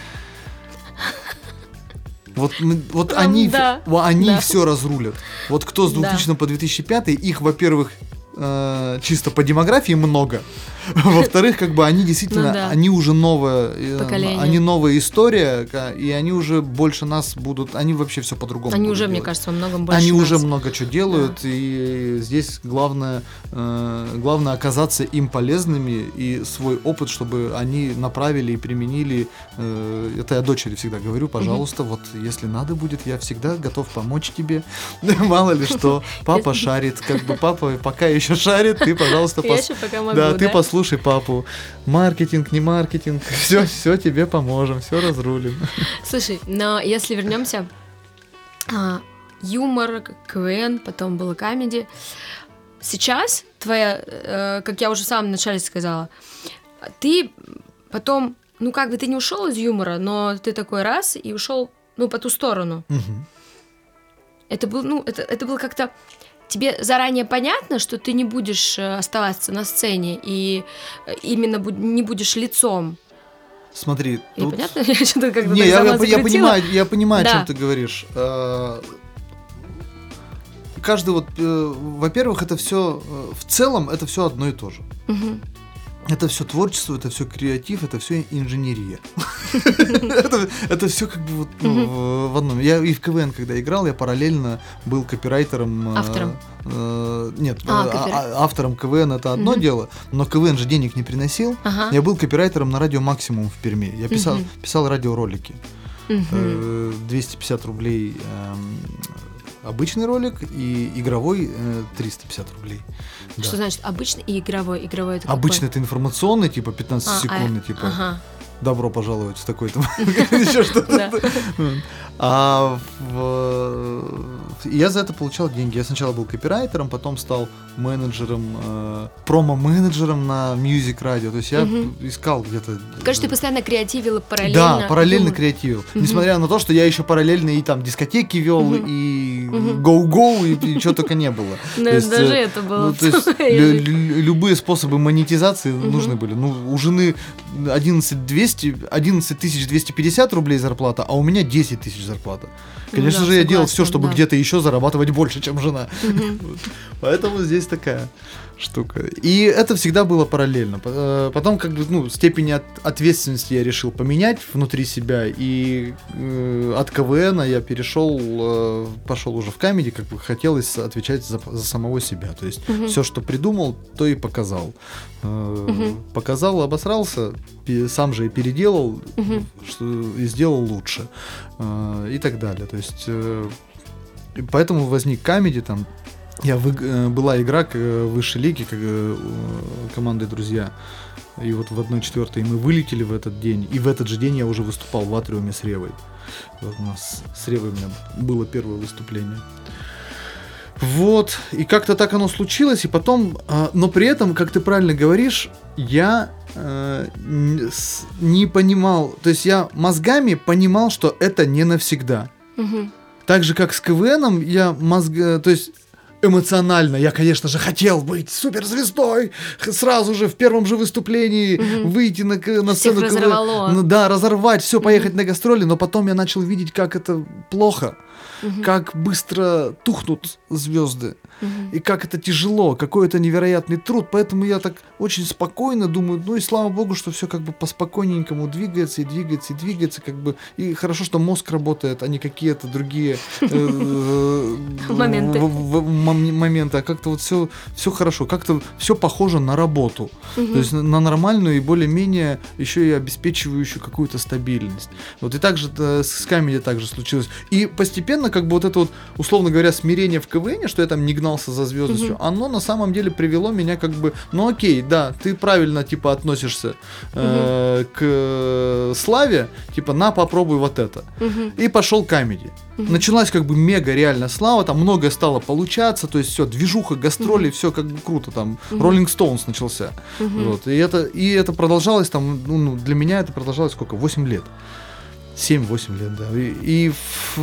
Вот, вот Эм, они, да, они да. все разрулят. Вот кто с двухтысячного по две тысячи пятый, их, во-первых, э, чисто по демографии много. Во-вторых, как бы они действительно, Ну да. они уже новое, э, Поколение. они новая история, ка- и они уже больше нас будут, они вообще все по-другому. Они будут уже, мне делать. кажется, во многом больше Они нас. уже много чего делают, и здесь главное, э, главное оказаться им полезными и свой опыт, чтобы они направили и применили. Э, это я дочери всегда говорю, пожалуйста, вот если надо будет, я всегда готов помочь тебе. Мало ли что, папа шарит, как бы папа пока еще шарит, ты, пожалуйста, Я пос- еще пока могу, да, да? ты послушай папу. Маркетинг, не маркетинг, все, все тебе поможем, все разрулим. Слушай, но если вернемся, а, юмор, КВН, потом было камеди. Сейчас твоя, э, как я уже в самом начале сказала, ты потом, ну как бы ты не ушел из юмора, но ты такой раз и ушел, ну, по ту сторону. Мгм. Это был, ну, это, это было как-то тебе заранее понятно, что ты не будешь э, оставаться на сцене и э, именно буд- не будешь лицом. Смотри, Или тут... понятно? Я что-то как-то Не, так я, сама я, я закрутила. понимаю, я понимаю, о Да. чем ты говоришь. Э, Каждый вот, э, во-первых, это все в целом это все одно и то же. Мгм. Это все творчество, это все креатив, это все инженерия. Это это все как бы вот ну, в- в одном. Я и в КВН, когда играл, я параллельно был копирайтером. э, Автором. э, Нет, А, э, копир- а- автором КВН это одно Мгм. дело, но КВН же денег не приносил. Ага. Я был копирайтером на радио Максимум в Перми. Я писал, Мгм. писал радиоролики. Мгм. Э, двести пятьдесят рублей эм, обычный ролик и игровой э, триста пятьдесят рублей. Да. Что значит обычный и игровой? Игровой это какой? Обычно это информационный, типа пятнадцать А, секундный, а, типа Ага. добро пожаловать в такой-то еще что-то. Да. А в- я за это получал деньги. Я сначала был копирайтером, потом стал менеджером, э, промо-менеджером на Music Radio. То есть я Мгм. искал где-то. Кажется, ты постоянно креативила параллельно. Да, параллельно юмор. креативил. Мгм. Несмотря на то, что я еще параллельно и там дискотеки вел, Мгм. и Мгм. гоу-гоу, и, и чего только не было. Ну, То есть, даже э, это было. Ну, то есть в твоей лю- жизни. лю- любые способы монетизации Мгм. нужны были. Ну, у жены одиннадцать двести, одиннадцать тысяч двести пятьдесят рублей зарплата, а у меня десять тысяч зарплата. Конечно Ну да, же, я делал согласна, все, чтобы да. где-то еще зарабатывать больше, чем жена. Мгм. Вот. Поэтому здесь такая штука. И это всегда было параллельно. П- э, Потом, как бы, ну, степень от- ответственности я решил поменять внутри себя. И э, от КВН я перешел, э, пошел уже в камеди, как бы хотелось отвечать за, за самого себя. То есть Мгм. все, что придумал, то и показал. Э, Мгм. Показал, обосрался, пе- сам же и переделал, Мгм. что, и сделал лучше. Э, И так далее. То есть э, и поэтому возник камеди там. Я вы- э, была игра к- э, высшей лиги, как э, у команды «Друзья». И вот в одной четвертой мы вылетели в этот день. И в этот же день я уже выступал в Атриуме с Ревой. Вот у нас с Ревой у меня было первое выступление. Вот. И как-то так оно случилось. И потом... э, но при этом, как ты правильно говоришь, я э, н- с- не понимал... То есть я мозгами понимал, что это не навсегда. Мгм. Так же, как с КВНом, я мозга, то есть эмоционально, я, конечно же, хотел быть суперзвездой, х- сразу же в первом же выступлении Мгм. выйти на, к- на Всех сцену КВН. разорвало. Ну да, разорвать, все, поехать на гастроли, но потом я начал видеть, как это плохо, Мгм. как быстро тухнут звезды. Мгм. И как это тяжело, какой это невероятный труд. Поэтому я так очень спокойно думаю, ну и слава богу, что все как бы по-спокойненькому двигается и двигается и двигается, как бы. И хорошо, что мозг работает, а не какие-то другие э, Моменты. в- в- мом- моменты, а как-то вот все, все хорошо, как-то все похоже на работу. Мгм. То есть на, на нормальную и более-менее еще и обеспечивающую какую-то стабильность. Вот и также э, с Камеди также случилось. И постепенно, как бы вот это вот, условно говоря, смирение в КВН, что я там не гнался за звездностью, Мгм. оно на самом деле привело меня как бы, ну окей, да, ты правильно типа относишься э, к э, славе, типа на, попробуй вот это. Мгм. И пошел Камеди. Мгм. Началась как бы мега реально слава, там многое стало получаться, то есть все, движуха, гастроли, все как бы круто, там Мгм. Rolling Stones начался. Мгм. Вот, и это, и это продолжалось там, ну, ну, для меня это продолжалось сколько? восемь лет. семь-восемь лет, да. И, и в,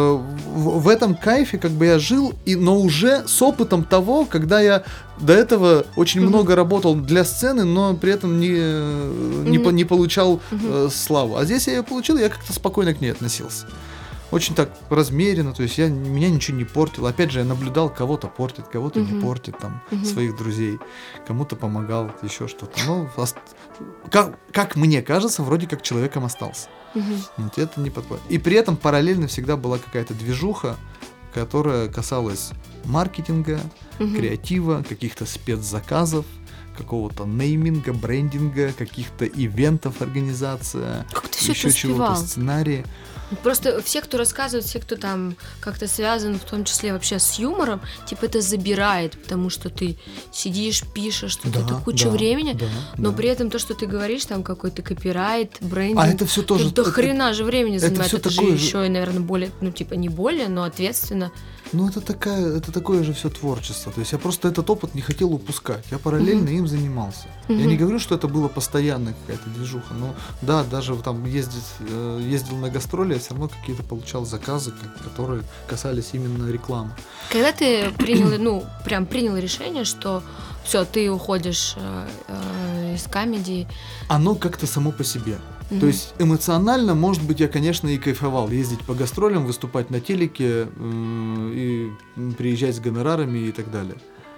в, в этом кайфе как бы я жил, и, но уже с опытом того, когда я до этого очень Мгм. много работал для сцены, но при этом не, не, по- Мгм. не получал Мгм. э, славу. А здесь я ее получил, и я как-то спокойно к ней относился. Очень так размеренно, то есть я, меня ничего не портил. Опять же, я наблюдал, кого-то портит, кого-то не Мгм. портит, там, Мгм. своих друзей, кому-то помогал, еще что-то. Ну, ост- как, как мне кажется, вроде как человеком остался. Мгм. Вот это не подходит. И при этом параллельно всегда была какая-то движуха, которая касалась маркетинга, Мгм. креатива, каких-то спецзаказов, какого-то нейминга, брендинга, каких-то ивентов организация, Как ты все еще это чего-то, успевал? сценарии. Просто все, кто рассказывает, все, кто там как-то связан, в том числе вообще с юмором, типа это забирает, потому что ты сидишь, пишешь, что Да, это куча да, времени, да, но да. при этом то, что ты говоришь, там какой-то копирайт, брендинг, А это все тоже... это до это- хрена же времени это занимает, всё это, же такое же- еще и, наверное, более, ну типа не более, но ответственно. Ну, это, такая, это такое же все творчество. То есть я просто этот опыт не хотел упускать. Я параллельно им занимался. Я Мгм. не говорю, что это была постоянная какая-то движуха. Но да, даже там ездить, э, ездил на гастроли, я все равно какие-то получал заказы, ко- которые касались именно рекламы. Когда ты принял, ну, прям принял решение, что все, ты уходишь э, э, из комедии. Оно как-то само по себе. Мгм. То есть эмоционально, может быть, я, конечно, и кайфовал. Ездить по гастролям, выступать на телеке, м, и м, приезжать с гонорарами и так далее.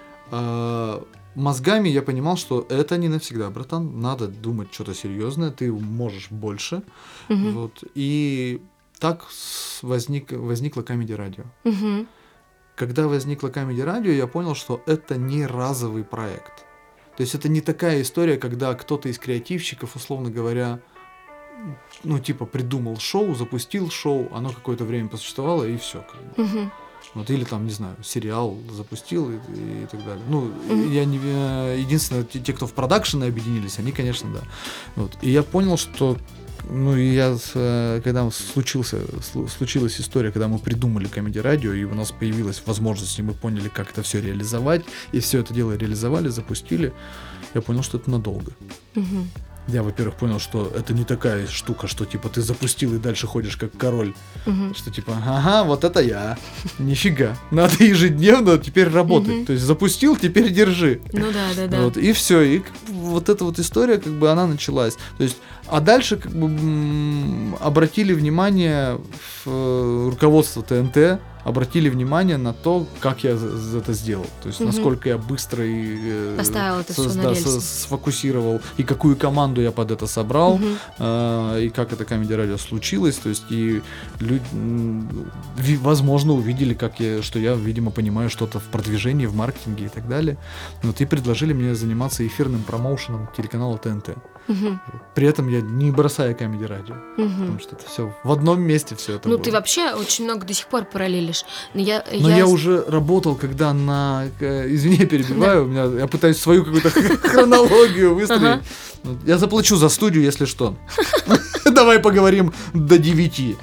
А, мозгами я понимал, что это не навсегда, братан. Надо думать что-то серьезное, ты можешь больше. Мгм. Вот. И так с- возник, возникло Comedy Radio. Мгм. Когда возникло Comedy Radio, я понял, что это не разовый проект. То есть это не такая история, когда кто-то из креативщиков, условно говоря, ну, типа, придумал шоу, запустил шоу, оно какое-то время посуществовало, и все. Мгм. Вот, или там, не знаю, сериал запустил и, и так далее. Ну, Мгм. я не... э, Единственное, те, те, кто в продакшены объединились, они, конечно, да. Вот. И я понял, что... Ну, и я, э, когда случился, слу- случилась история, когда мы придумали Comedy Radio, и у нас появилась возможность, и мы поняли, как это все реализовать, и все это дело реализовали, запустили, я понял, что это надолго. Мгм. Я, во-первых, понял, что это не такая штука, что типа ты запустил и дальше ходишь как король. Мгм. Что типа, ага, вот это я. Нифига. Надо ежедневно теперь работать. Мгм. То есть запустил, теперь держи. Ну да, да, да. Вот, и все. И как бы вот эта вот история, как бы она началась. То есть, а дальше как бы м, обратили внимание в, э, руководство ТНТ, обратили внимание на то, как я за- за это сделал. То есть, Мгм. насколько я быстро и э, Поставил это всё на да, рельсы. сфокусировал, и какую команду я под это собрал, Мгм. а, и как это Comedy Radio случилось. То есть, и люди, м, ви- возможно, увидели, как я, что я, видимо, понимаю что-то в продвижении, в маркетинге и так далее. Вот, и предложили мне заниматься эфирным промоушеном телеканала ТНТ. Мгм. При этом я не бросая Comedy Radio, Мгм. потому что это все в одном месте все это Ну, было. ты вообще очень много до сих пор параллелишь. Но я, Но я, уже работал, когда на... э, Извини, я перебиваю, у меня, я пытаюсь свою какую-то хронологию выстроить. Ага. Вот, я заплачу за студию, если что. Давай поговорим до девяти.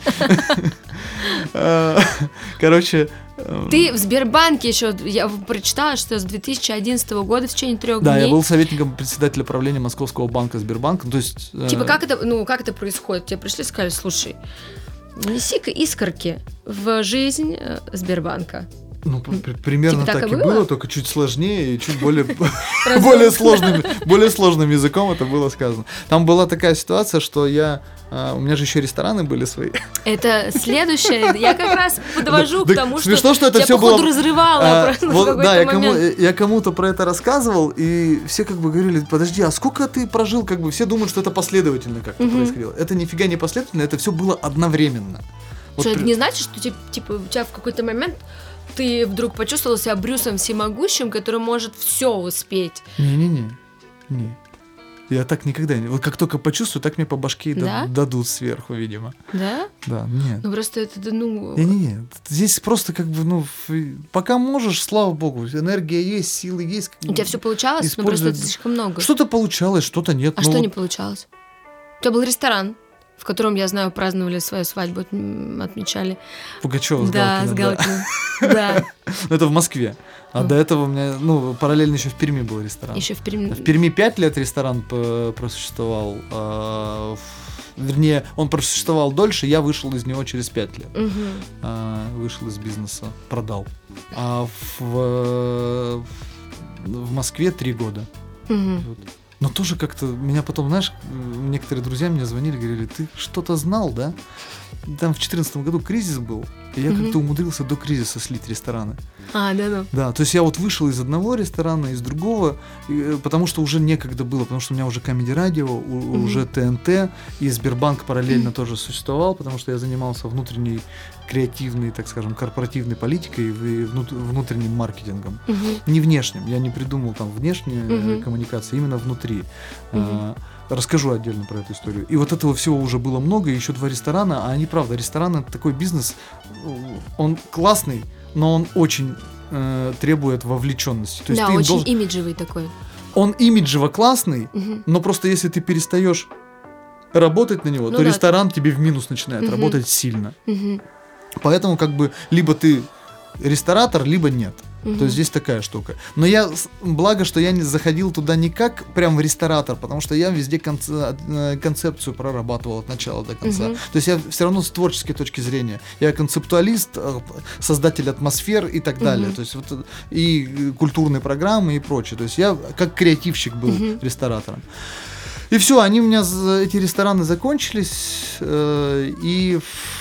Э, Короче... э, Ты в Сбербанке еще, я прочитала, что с две тысячи одиннадцатого года в течение трех Да, дней. я был советником председателя правления Московского банка Сбербанк. Ну, то есть... э, Типа, как это, ну, как это происходит? Тебе пришли и сказали, слушай, неси-ка искорки в жизнь э, Сбербанка. Ну, при- примерно Типа так так, и и было? было, только чуть сложнее и чуть более, Разве- более, сложным, более сложным языком это было сказано. Там была такая ситуация, что я... а, у меня же еще рестораны были свои. Это следующее. Я как раз подвожу Да, к тому, что смешно, что это тебя, всё походу, было- разрывало А, просто в вот, какой-то да, я, кому, момент. я кому-то про это рассказывал, и все как бы говорили, подожди, а сколько ты прожил, как бы все думают, что это последовательно как-то Мгм. происходило. Это нифига не последовательно, это все было одновременно. Вот Что это при- не значит, что тип- типа у тебя в какой-то момент ты вдруг почувствовал себя Брюсом всемогущим, который может все успеть. Не-не-не. Не. Я так никогда не... Вот как только почувствую, так мне по башке да? дадут сверху, видимо. Да? Да, нет. Ну просто это, ну... Не-не-не. Здесь просто как бы, ну, пока можешь, слава богу, энергия есть, силы есть. У тебя все получалось, использовать... но просто это слишком много. Что-то получалось, что-то нет. А ну, что вот... не получалось? У тебя был ресторан, в котором, я знаю, праздновали свою свадьбу, отмечали. Пугачёва с да, Галкиным. С Галкиным. Да. Это в Москве. А до этого у меня, ну, параллельно еще в Перми был ресторан. Еще в Перми. В Перми пять лет ресторан просуществовал. Вернее, он просуществовал дольше, я вышел из него через пять лет. Вышел из бизнеса, продал. А в в Москве три года. Но тоже как-то меня потом, знаешь, некоторые друзья мне звонили, говорили, ты что-то знал, да? Там в четырнадцатом году кризис был, и я mm-hmm. как-то умудрился до кризиса слить рестораны. А, да-да. Да, то есть я вот вышел из одного ресторана, из другого, и, потому что уже некогда было, потому что у меня уже Comedy Radio, у, mm-hmm. уже ТНТ, и Сбербанк параллельно mm-hmm. тоже существовал, потому что я занимался внутренней креативной, так скажем, корпоративной политикой и внутренним маркетингом. Mm-hmm. Не внешним, я не придумал там внешние mm-hmm. коммуникации, именно внутри. Mm-hmm. Расскажу отдельно про эту историю. И вот этого всего уже было много, и еще два ресторана, а они, правда, рестораны — это такой бизнес, он классный, но он очень э, требует вовлеченности. То есть да, ты очень должен... имиджевый такой. Он имиджево классный, угу. но просто если ты перестаешь работать на него, ну, то да. ресторан тебе в минус начинает угу. работать сильно. Угу. Поэтому как бы либо ты ресторатор, либо нет. Uh-huh. То есть здесь такая штука. Но я, благо, что я не заходил туда не как прям в ресторатор, потому что я везде конце- концепцию прорабатывал от начала до конца. Uh-huh. То есть я все равно с творческой точки зрения. Я концептуалист, создатель атмосфер и так далее. Uh-huh. То есть вот, и культурные программы и прочее. То есть я как креативщик был uh-huh. ресторатором. И все, они у меня, эти рестораны закончились, э, и...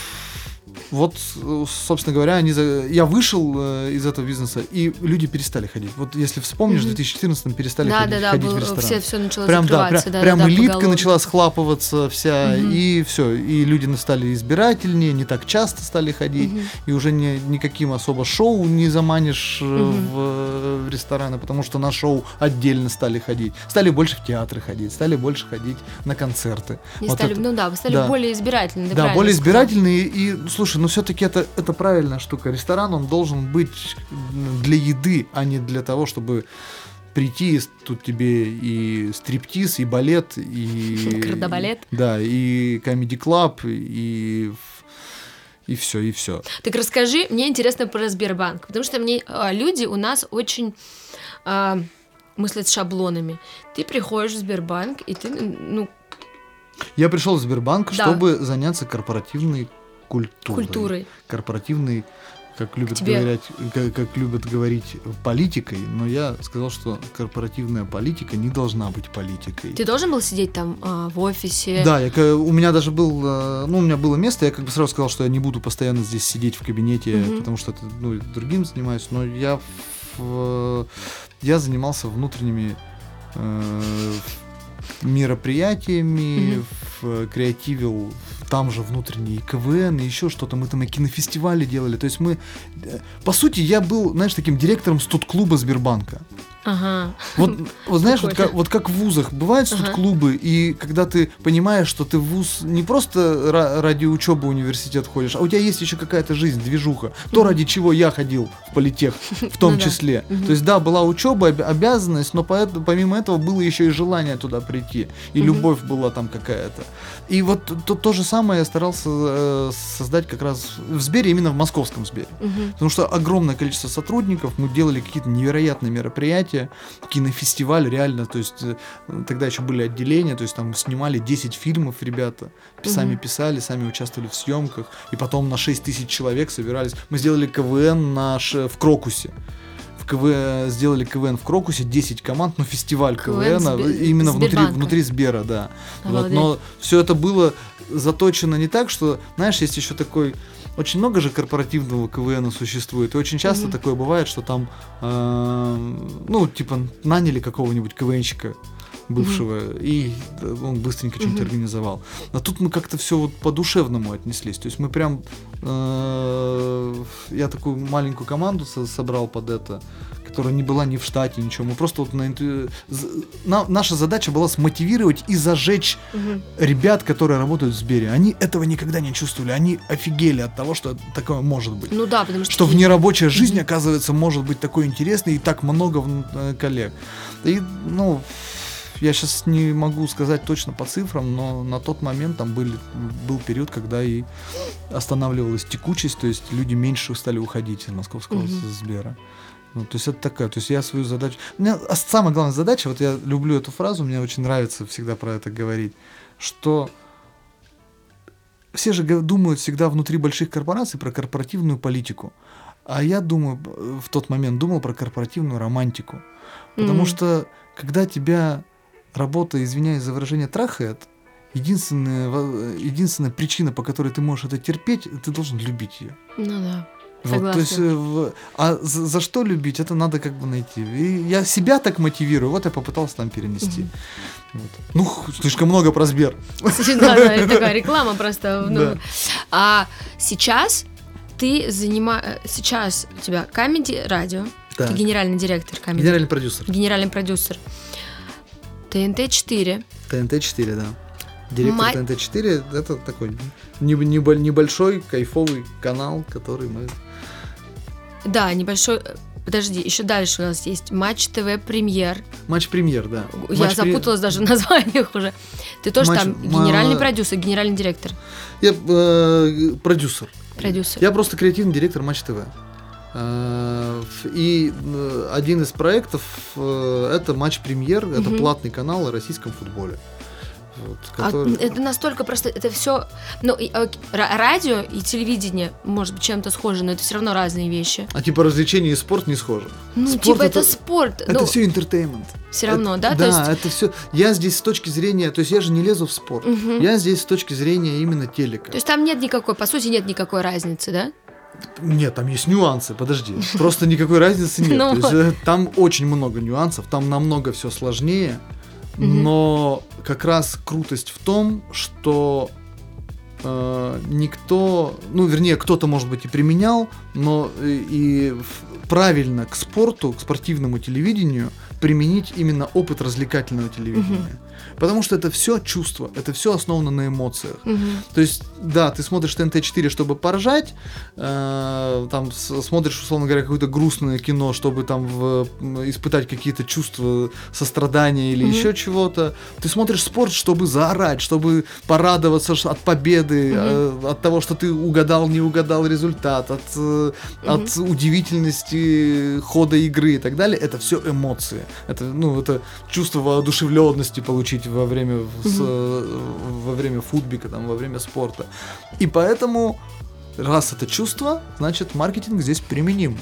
Вот, собственно говоря, они за... я вышел э, из этого бизнеса, и люди перестали ходить. Вот если вспомнишь, mm-hmm. в две тысячи четырнадцатом перестали да, ходить, да, да, ходить был, в ресторан. Все, все начало прям, закрываться. Да, да, прям да, элитка поголовно. начала схлапываться вся, mm-hmm. и все. И люди стали избирательнее, не так часто стали ходить, mm-hmm. и уже не, никаким особо шоу не заманишь mm-hmm. в, в рестораны, потому что на шоу отдельно стали ходить. Стали больше в театры ходить, стали больше ходить на концерты. И вот стали, это, ну да, вы стали да. более избирательны. Да, более избирательные. И, слушай, ну все-таки это, это правильная штука. Ресторан, он должен быть для еды, а не для того, чтобы прийти, тут тебе и стриптиз, и балет, и... Кардебалет. Да, и комеди-клаб, и... И все, и все. Так расскажи, мне интересно про Сбербанк, потому что мне а, люди у нас очень а, мыслят шаблонами. Ты приходишь в Сбербанк, и ты, ну... Я пришел в Сбербанк, да. чтобы заняться корпоративной культурой. Культурой. Корпоративной, как любят, тебе... говорить, как, как любят говорить, политикой, но я сказал, что корпоративная политика не должна быть политикой. Ты должен был сидеть там а, в офисе? Да, я, у меня даже был, ну, у меня было место, я как бы сразу сказал, что я не буду постоянно здесь сидеть в кабинете, mm-hmm. потому что это, ну, другим занимаюсь, но я, в, я занимался внутренними э, мероприятиями, mm-hmm. в, креативил там же внутренний КВН и еще что-то. Мы там и кинофестивали делали. То есть мы... По сути, я был, знаешь, таким директором студ-клуба Сбербанка. Ага. Вот, вот знаешь, вот как, вот как в вузах бывают студ-клубы, ага. и когда ты понимаешь, что ты в вуз не просто ра- ради учебы в университет ходишь, а у тебя есть еще какая-то жизнь, движуха. То, mm-hmm. ради чего я ходил в политех, в том ну, числе. Да. Mm-hmm. То есть, да, была учеба, об- обязанность, но по- помимо этого было еще и желание туда прийти. И mm-hmm. любовь была там какая-то. И вот то, то же самое я старался э, создать как раз в Сбере, именно в московском Сбере. Mm-hmm. Потому что огромное количество сотрудников, мы делали какие-то невероятные мероприятия, кинофестиваль, реально, то есть тогда еще были отделения, то есть там снимали десять фильмов ребята, сами mm-hmm. писали, сами участвовали в съемках, и потом на шесть тысяч человек собирались. Мы сделали КВН наш в Крокусе. В КВ... Сделали КВН в Крокусе, десять команд, но фестиваль КВН Сбе... именно внутри, внутри Сбера, да. Вот, но все это было заточено не так, что, знаешь, есть еще такой... Очень много же корпоративного КВНа существует, и очень часто mm-hmm. такое бывает, что там, э, ну, типа, наняли какого-нибудь КВНщика бывшего, mm-hmm. и он быстренько что-нибудь mm-hmm. организовал. А тут мы как-то все вот по-душевному отнеслись, то есть мы прям, э, я такую маленькую команду со- собрал под это, которая не была ни в штате, ничего. Мы просто вот на, инту- з- на- наша задача была смотивировать и зажечь Мгм. ребят, которые работают в Сбере. Они этого никогда не чувствовали. Они офигели от того, что такое может быть. Ну да, потому что... Что внерабочая жизнь, оказывается, может быть такой интересной и так много вн- э, коллег. И, ну, я сейчас не могу сказать точно по цифрам, но на тот момент там были, был период, когда и останавливалась текучесть, то есть люди меньше стали уходить из московского Мгм. Сбера. Ну, то есть это такая, то есть я свою задачу... У меня а самая главная задача, вот я люблю эту фразу, мне очень нравится всегда про это говорить, что все же г- думают всегда внутри больших корпораций про корпоративную политику, а я думаю, б- в тот момент думал про корпоративную романтику. Потому Мгм. что, когда тебя работа, извиняюсь за выражение, трахает, единственная, во- единственная причина, по которой ты можешь это терпеть, ты должен любить ее. Ну да. Вот, то есть, Согласна. э, в- а за, за что любить, это надо как бы найти. И я себя так мотивирую, вот я попытался там перенести. Мгм. Вот. Ну, х- слишком много про Сбер. Да, да, это такая реклама просто. ну. Да. А сейчас ты занимаешь... Сейчас у тебя Comedy радио, Так. ты генеральный директор Comedy, Генеральный продюсер. генеральный продюсер. ТНТ четыре. ТНТ четыре, да. Директор Ма- ТНТ четыре это такой не- небо- небольшой кайфовый канал, который мы... Да, небольшой... Подожди, еще дальше у нас есть Матч ТВ Премьер. Матч премьер, да. Я Матч премьер. запуталась даже в названиях уже. Ты тоже Матч- там ма- генеральный продюсер, генеральный директор, Я э, продюсер. продюсер. Я просто креативный директор Матч ТВ. Э, ф- И э, один из проектов э, это Матч Премьер, это Мгм. платный канал о российском футболе. Вот, А который- это настолько просто, это все, ну, и, ок, ра- радио и телевидение, может быть, чем-то схожи, но это все равно разные вещи. А типа развлечения и спорт не схожи. Ну, Спорт типа, это, это- спорт, Это ну, все интертеймент. все равно, да? Да, То есть, это все. Я здесь с точки зрения, то есть я же не лезу в спорт. мгм. Я здесь с точки зрения именно телека. То есть там нет никакой, по сути, нет никакой разницы, да? Нет, там есть нюансы, подожди. Просто никакой разницы нет. Ну То есть, э, там очень много нюансов, там намного все сложнее. Мгм. Но как раз крутость в том, что э, никто, ну, вернее, кто-то, может быть, и применял, но и, и в- правильно к спорту, к спортивному телевидению применить именно опыт развлекательного телевидения. Потому что это все чувство, это все основано на эмоциях. Мгм. То есть, да, ты смотришь ТНТ четыре, чтобы поржать, э, там с- смотришь, условно говоря, какое-то грустное кино, чтобы там в- м, испытать какие-то чувства сострадания или Мгм. еще чего-то. Ты смотришь спорт, чтобы заорать, чтобы порадоваться ш- от победы, э, от того, что ты угадал, не угадал результат, от, э, от удивительности хода игры и так далее. Это все эмоции. Это, ну, это чувство воодушевленности получить во время, с- э, во время футбика, там, во время спорта. И поэтому, раз это чувство, значит, маркетинг здесь применим.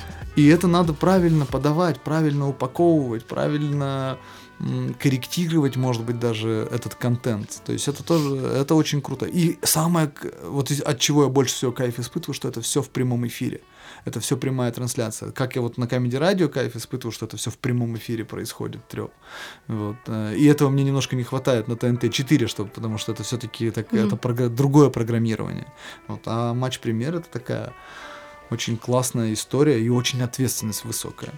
И это надо правильно подавать, правильно упаковывать, правильно м, корректировать, может быть, даже этот контент. То есть это тоже, это очень круто. И самое, к- вот из- от чего я больше всего кайф испытываю, что это все в прямом эфире. Это все прямая трансляция. Как я вот на Comedy радио кайф испытываю, что это все в прямом эфире происходит, трёп. Вот. э, И этого мне немножко не хватает на ТНТ четыре, чтобы, потому что это все-таки так, Мгм. это програ- другое программирование. Вот. А матч премьер это такая очень классная история и очень ответственность высокая.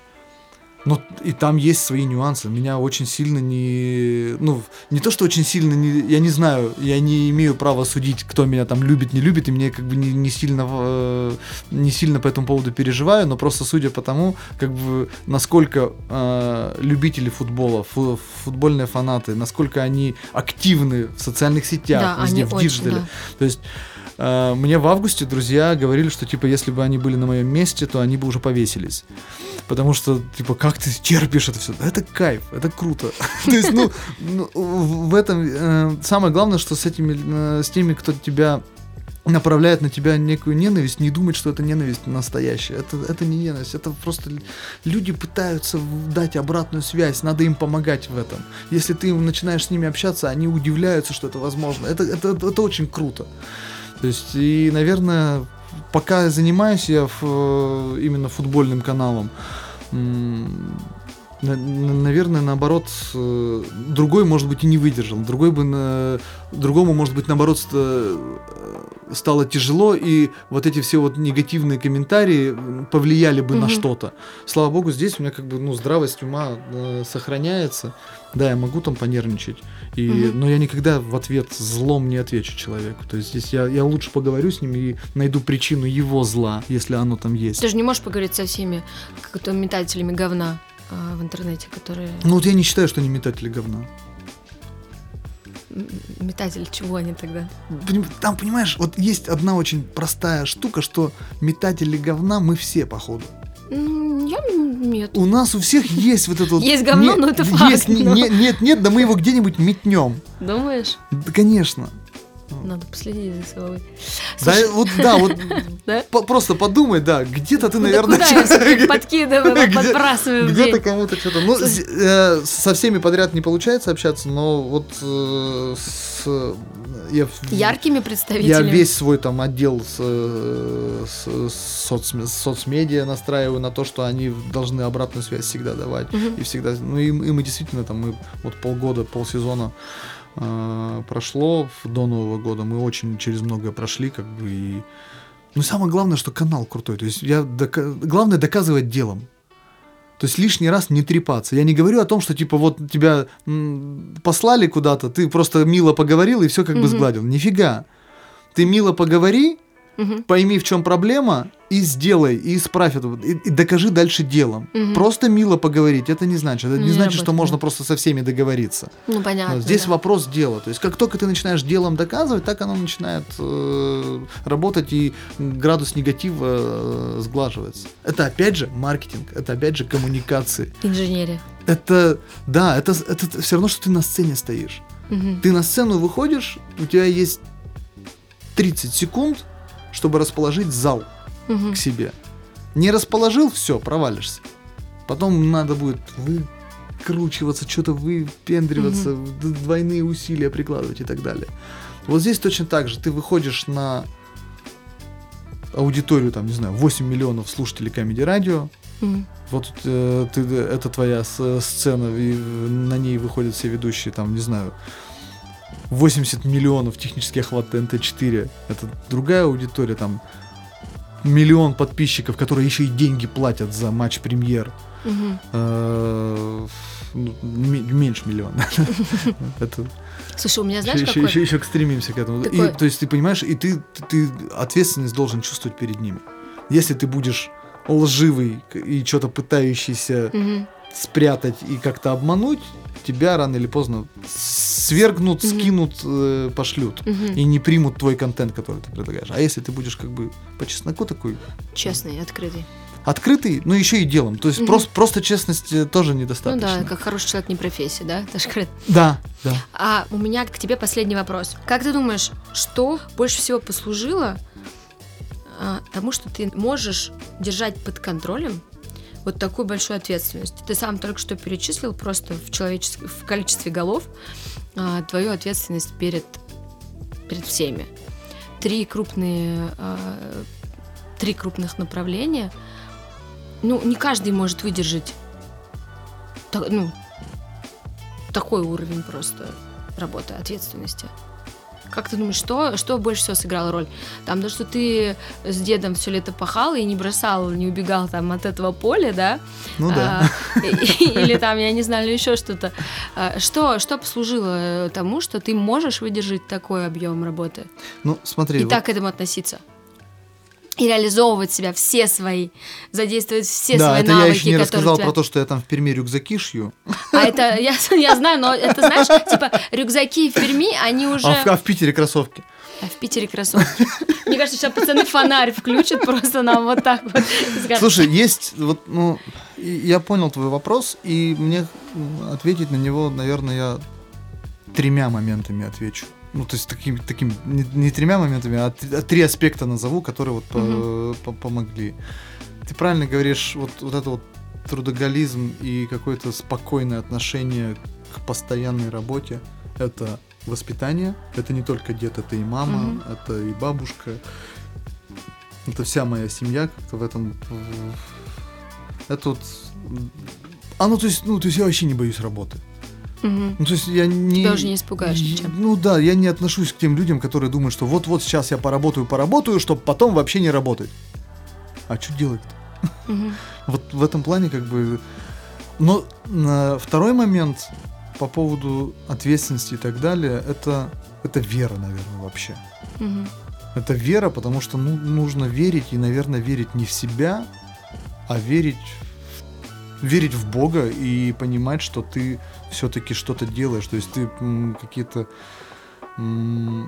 Но и там есть свои нюансы. Меня очень сильно не... Ну, не то, что очень сильно... Не, я не знаю, я не имею права судить, кто меня там любит, не любит, и мне как бы не, не, сильно, э, не сильно по этому поводу переживаю, но просто судя по тому, как бы, насколько э, любители футбола, фу- футбольные фанаты, насколько они активны в социальных сетях, Да, везде, они в очень, диджитале. да. То есть э, мне в августе друзья говорили, что типа если бы они были на моем месте, то они бы уже повесились. Потому что, типа, как ты терпишь это все? Это кайф, это круто. То есть, ну, ну, в в этом э, самое главное, что с этими, э, с теми, кто тебя направляет на тебя некую ненависть, не думать, что это ненависть настоящая. Это, это не ненависть, это просто л- люди пытаются в- дать обратную связь, надо им помогать в этом. Если ты начинаешь с ними общаться, они удивляются, что это возможно. Это, это, это, это очень круто. То есть, и, наверное, пока занимаюсь я в, э, именно футбольным каналом, м, На- на- наверное, наоборот, э, другой, может быть, и не выдержал. Другой бы на... Другому, может быть, наоборот, ста- стало тяжело, и вот эти все вот негативные комментарии повлияли бы на Мгм. что-то. Слава богу, здесь у меня как бы, ну, здравость ума э, сохраняется. Да, я могу там понервничать, и... Мгм. но я никогда в ответ злом не отвечу человеку. То есть здесь я, я лучше поговорю с ним и найду причину его зла, если оно там есть. Ты же не можешь поговорить со всеми как-то метателями говна а, в интернете, которые... Ну вот я не считаю, что они метатели говна. М, Метатели чего они тогда? Поним- Там, понимаешь, вот есть одна очень простая штука, что метатели говна мы все, походу. Ну, я нет. У нас у всех есть вот это вот... Есть говно, не- но это есть, факт, не- но- не- Нет, нет, да мы его где-нибудь метнем. Думаешь? Да, конечно. Надо последить за собой. Да, Слушай, вот, да, вот да? по- просто подумай, да, где-то ты, Куда- наверное, куда я всё-таки где- подкидываю, где- подбрасываю в где-то день? кому-то что-то. Ну, Слушай. с- э, со всеми подряд не получается общаться, но вот э, с, я, в- Яркими я представителями. весь свой там отдел с, э, с, с соцме- с соцмедиа настраиваю на то, что они должны обратную связь всегда давать. Мгм. И всегда, ну и, и мы действительно там, мы вот полгода, полсезона э, прошло до Нового года, мы очень через многое прошли, как бы, и... Ну, самое главное, что канал крутой, то есть я, дока... главное доказывать делом. То есть лишний раз не трепаться. Я не говорю о том, что типа вот тебя м, послали куда-то, ты просто мило поговорил и все как бы Мгм. сгладил. Нифига. Ты мило поговори, Мгм. пойми, в чем проблема, и сделай, и исправь это, и, и докажи дальше делом. Мгм. Просто мило поговорить, это не значит. Это не, Не значит, что работает, можно да. просто со всеми договориться. Ну, понятно. Но здесь да. вопрос дела. То есть как только ты начинаешь делом доказывать, так оно начинает э, работать, и градус негатива э, сглаживается. Это опять же маркетинг, это опять же коммуникации. Инженерия. Это, да, это, это все равно, что ты на сцене стоишь. Мгм. Ты на сцену выходишь, у тебя есть тридцать секунд, чтобы расположить зал Мгм. к себе. Не расположил, все, провалишься. Потом надо будет выкручиваться, что-то выпендриваться, д- двойные усилия прикладывать и так далее. Вот здесь точно так же. Ты выходишь на аудиторию, там, не знаю, восемь миллионов слушателей Comedy Radio. Мгм. Вот э, ты, это твоя с- сцена, и на ней выходят все ведущие, там, не знаю, восемьдесят миллионов технический охват Т Н Т четыре. Это другая аудитория, там, миллион подписчиков, которые еще и деньги платят за матч-премьер. Мгм. Э, ну, м- меньше миллиона. Это Слушай, у меня знаешь, еще, какой... еще, еще к стремимся к этому. И, Такой- то есть ты понимаешь, и ты, ты, ты ответственность должен чувствовать перед ними. Если ты будешь лживый к- и что-то пытающийся Мгм. спрятать и как-то обмануть, тебя рано или поздно свергнут, Мгм. скинут, э, пошлют. Мгм. И не примут твой контент, который ты предлагаешь. А если ты будешь как бы по чесноку такой Честный, открытый. открытый, но еще и делом. То есть Мгм. просто, просто честность э, тоже Ну недостаточно. да, как хороший человек не профессия, да? Это ж говорят. Да, да. А у меня к тебе последний вопрос. Как ты думаешь, что больше всего послужило а, тому, что ты можешь держать под контролем вот такую большую ответственность? Ты сам только что перечислил просто в, человеческом, в количестве голов а, твою ответственность перед, перед всеми. Три крупные, а, три крупных направления. Ну, не каждый может выдержать та- ну, такой уровень просто работы, ответственности. Как ты думаешь, что, что больше всего сыграло роль? Там то, что ты с дедом все лето пахал и не бросал, не убегал там от этого поля, да? Ну да. А, и- или там, я не знаю, или еще что-то. А, Что, что послужило тому, что ты можешь выдержать такой объем работы? Ну, смотри. И вот так к этому относиться? И реализовывать себя, все свои, задействовать все да, свои это навыки, я еще не которые рассказал у тебя... про то, что я там в Перми рюкзаки шью. А это, я, я знаю, но это, знаешь, типа, рюкзаки в Перми, они уже... А в, а в Питере кроссовки. А в Питере кроссовки. Мне кажется, сейчас пацаны фонарь включат просто нам вот так вот. Скажут, Слушай, есть вот, ну, и- я понял твой вопрос, и мне м, ответить на него, наверное, я тремя моментами отвечу. Ну, то есть таким, таким не, не тремя моментами, а, т- а три аспекта назову, которые вот по- Мгм. по- помогли. Ты правильно говоришь, вот, вот это вот трудоголизм и какое-то спокойное отношение к постоянной работе — это воспитание. Это не только дед, это и мама, Мгм. это и бабушка. Это вся моя семья как-то в этом... Это вот А ну то есть, ну, то есть я вообще не боюсь работы. Мгм. Ну, то есть я не... Тебя уже не испугаешь ничем. Ну да, я не отношусь к тем людям, которые думают, что вот-вот сейчас я поработаю, поработаю, чтобы потом вообще не работать. А что делать-то? Мгм. Вот в этом плане как бы... Но на второй момент по поводу ответственности и так далее, это, это вера, наверное, вообще. Мгм. Это вера, потому что ну, нужно верить, и, наверное, верить не в себя, а верить в, верить в Бога и понимать, что ты все-таки что-то делаешь. То есть ты м, какие-то... м,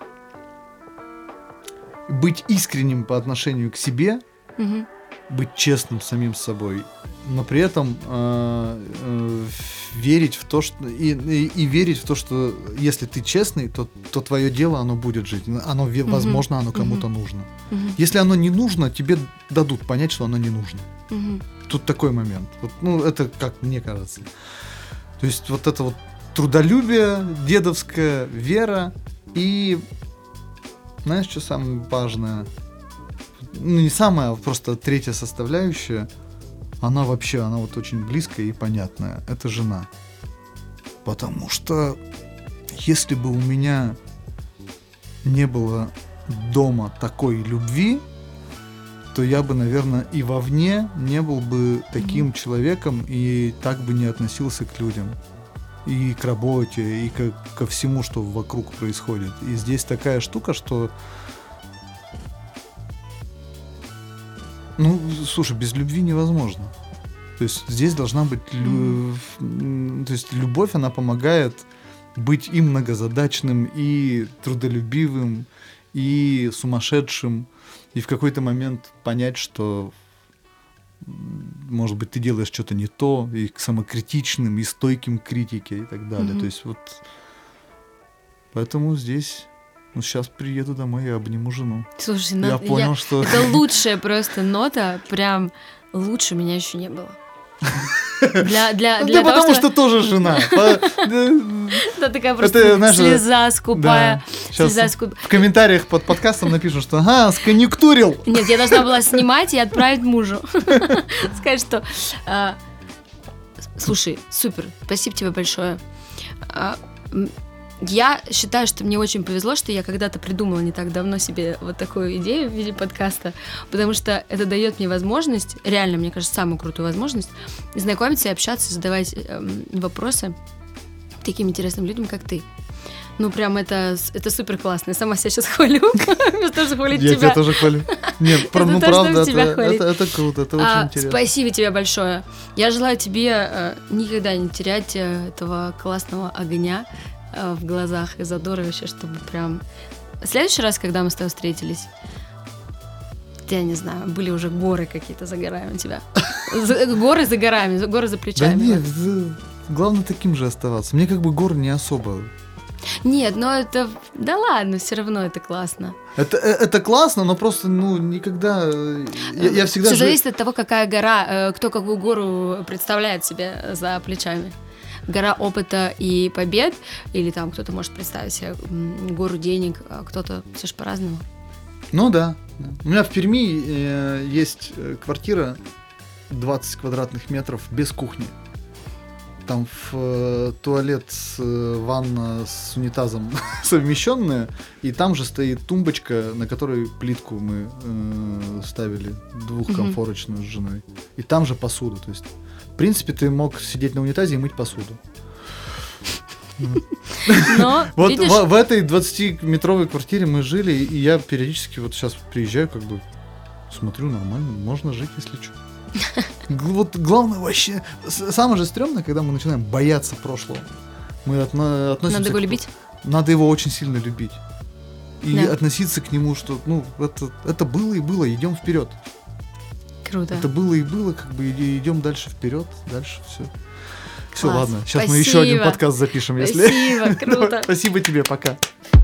быть искренним по отношению к себе, Мгм. быть честным с самим собой, но при этом э, э, верить в то, что и, и, и верить в то, что если ты честный, то, то твое дело оно будет жить, оно ве- Мгм. возможно, оно кому-то Мгм. нужно. Мгм. Если оно не нужно, тебе дадут понять, что оно не нужно. Мгм. Тут такой момент. Вот, ну это как мне кажется. То есть вот это вот трудолюбие, дедовская вера и знаешь, что самое важное? Ну, не самая, а просто третья составляющая, она вообще, она вот очень близкая и понятная. Это жена. Потому что если бы у меня не было дома такой любви, то я бы, наверное, и вовне не был бы таким Мгм. человеком и так бы не относился к людям. И к работе, и ко, ко всему, что вокруг происходит. И здесь такая штука, что ну, слушай, без любви невозможно. То есть здесь должна быть... лю- м, То есть любовь, она помогает быть и многозадачным, и трудолюбивым, и сумасшедшим, и в какой-то момент понять, что, м, может быть, ты делаешь что-то не то, и к самокритичным, и стойким к критике, и так далее. Мгм. То есть вот... Поэтому здесь... Ну, сейчас приеду домой и обниму жену. Слушай, Я на- понял, что... это лучшая просто нота, прям лучше меня еще не было. Для, для, Ну, для да того, потому чтобы- что тоже жена. По- да, Да, такая просто Это, знаешь, слеза скупая. да. Сейчас Слеза скуп- в комментариях под подкастом напишут, что ага, сконъюнктурил. Нет, я должна была снимать и отправить мужу. Сказать, что... а, Слушай, супер, спасибо тебе большое. А, м, Я считаю, что мне очень повезло, что я когда-то придумала не так давно себе вот такую идею в виде подкаста, потому что это дает мне возможность, реально, мне кажется, самую крутую возможность, знакомиться и общаться, задавать эм, вопросы таким интересным людям, как ты. Ну, прям это, с- это супер классно. Я сама себя сейчас хвалю, вместо того, чтобы хвалить Я тебя тебя. тоже хвалю. Нет, про- Это ну то, что правда, тебя это хвалит. это- это круто, это очень А, интересно. Спасибо тебе большое. Я желаю тебе э, никогда не терять э, этого классного огня э, в глазах и задора вообще, чтобы прям... В следующий раз, когда мы с тобой встретились, я не знаю, были уже горы какие-то за горами у тебя. За- Горы за горами, за- горы за Да плечами. нет, з- главное таким же оставаться. Мне как бы гор не особо. Нет, но это... Да ладно, все равно это классно. Это, э, это классно, но просто, ну, никогда... э, Я, я всегда... Все жи- зависит от того, какая гора, э, кто какую гору представляет себе за плечами. Гора опыта и побед, или там кто-то может представить себе м, гору денег, а кто-то все же по-разному. Ну да. да. У меня в Перми э, есть э, квартира двадцать квадратных метров без кухни. Там в э, туалет, э, ванна с унитазом совмещенная, и там же стоит тумбочка, на которой плитку мы э, ставили двухкомфорочную с женой. И там же посуда. То есть, в принципе, ты мог сидеть на унитазе и мыть посуду. Но, Вот видишь, в, в этой двадцатиметровой квартире мы жили, и я периодически вот сейчас приезжаю, как бы смотрю, нормально, можно жить, если что. Вот главное вообще, с- самое же стрёмное, когда мы начинаем бояться прошлого. Мы отно- относимся... надо его к- любить. Надо его очень сильно любить. И Да. относиться к нему, что, ну, это, это было и было, идем вперед. Круто. Это было и было, как бы идем дальше вперед, дальше все. Все, Класс. ладно, сейчас мы еще один Спасибо. подкаст запишем, если. Спасибо, круто. Спасибо тебе, пока.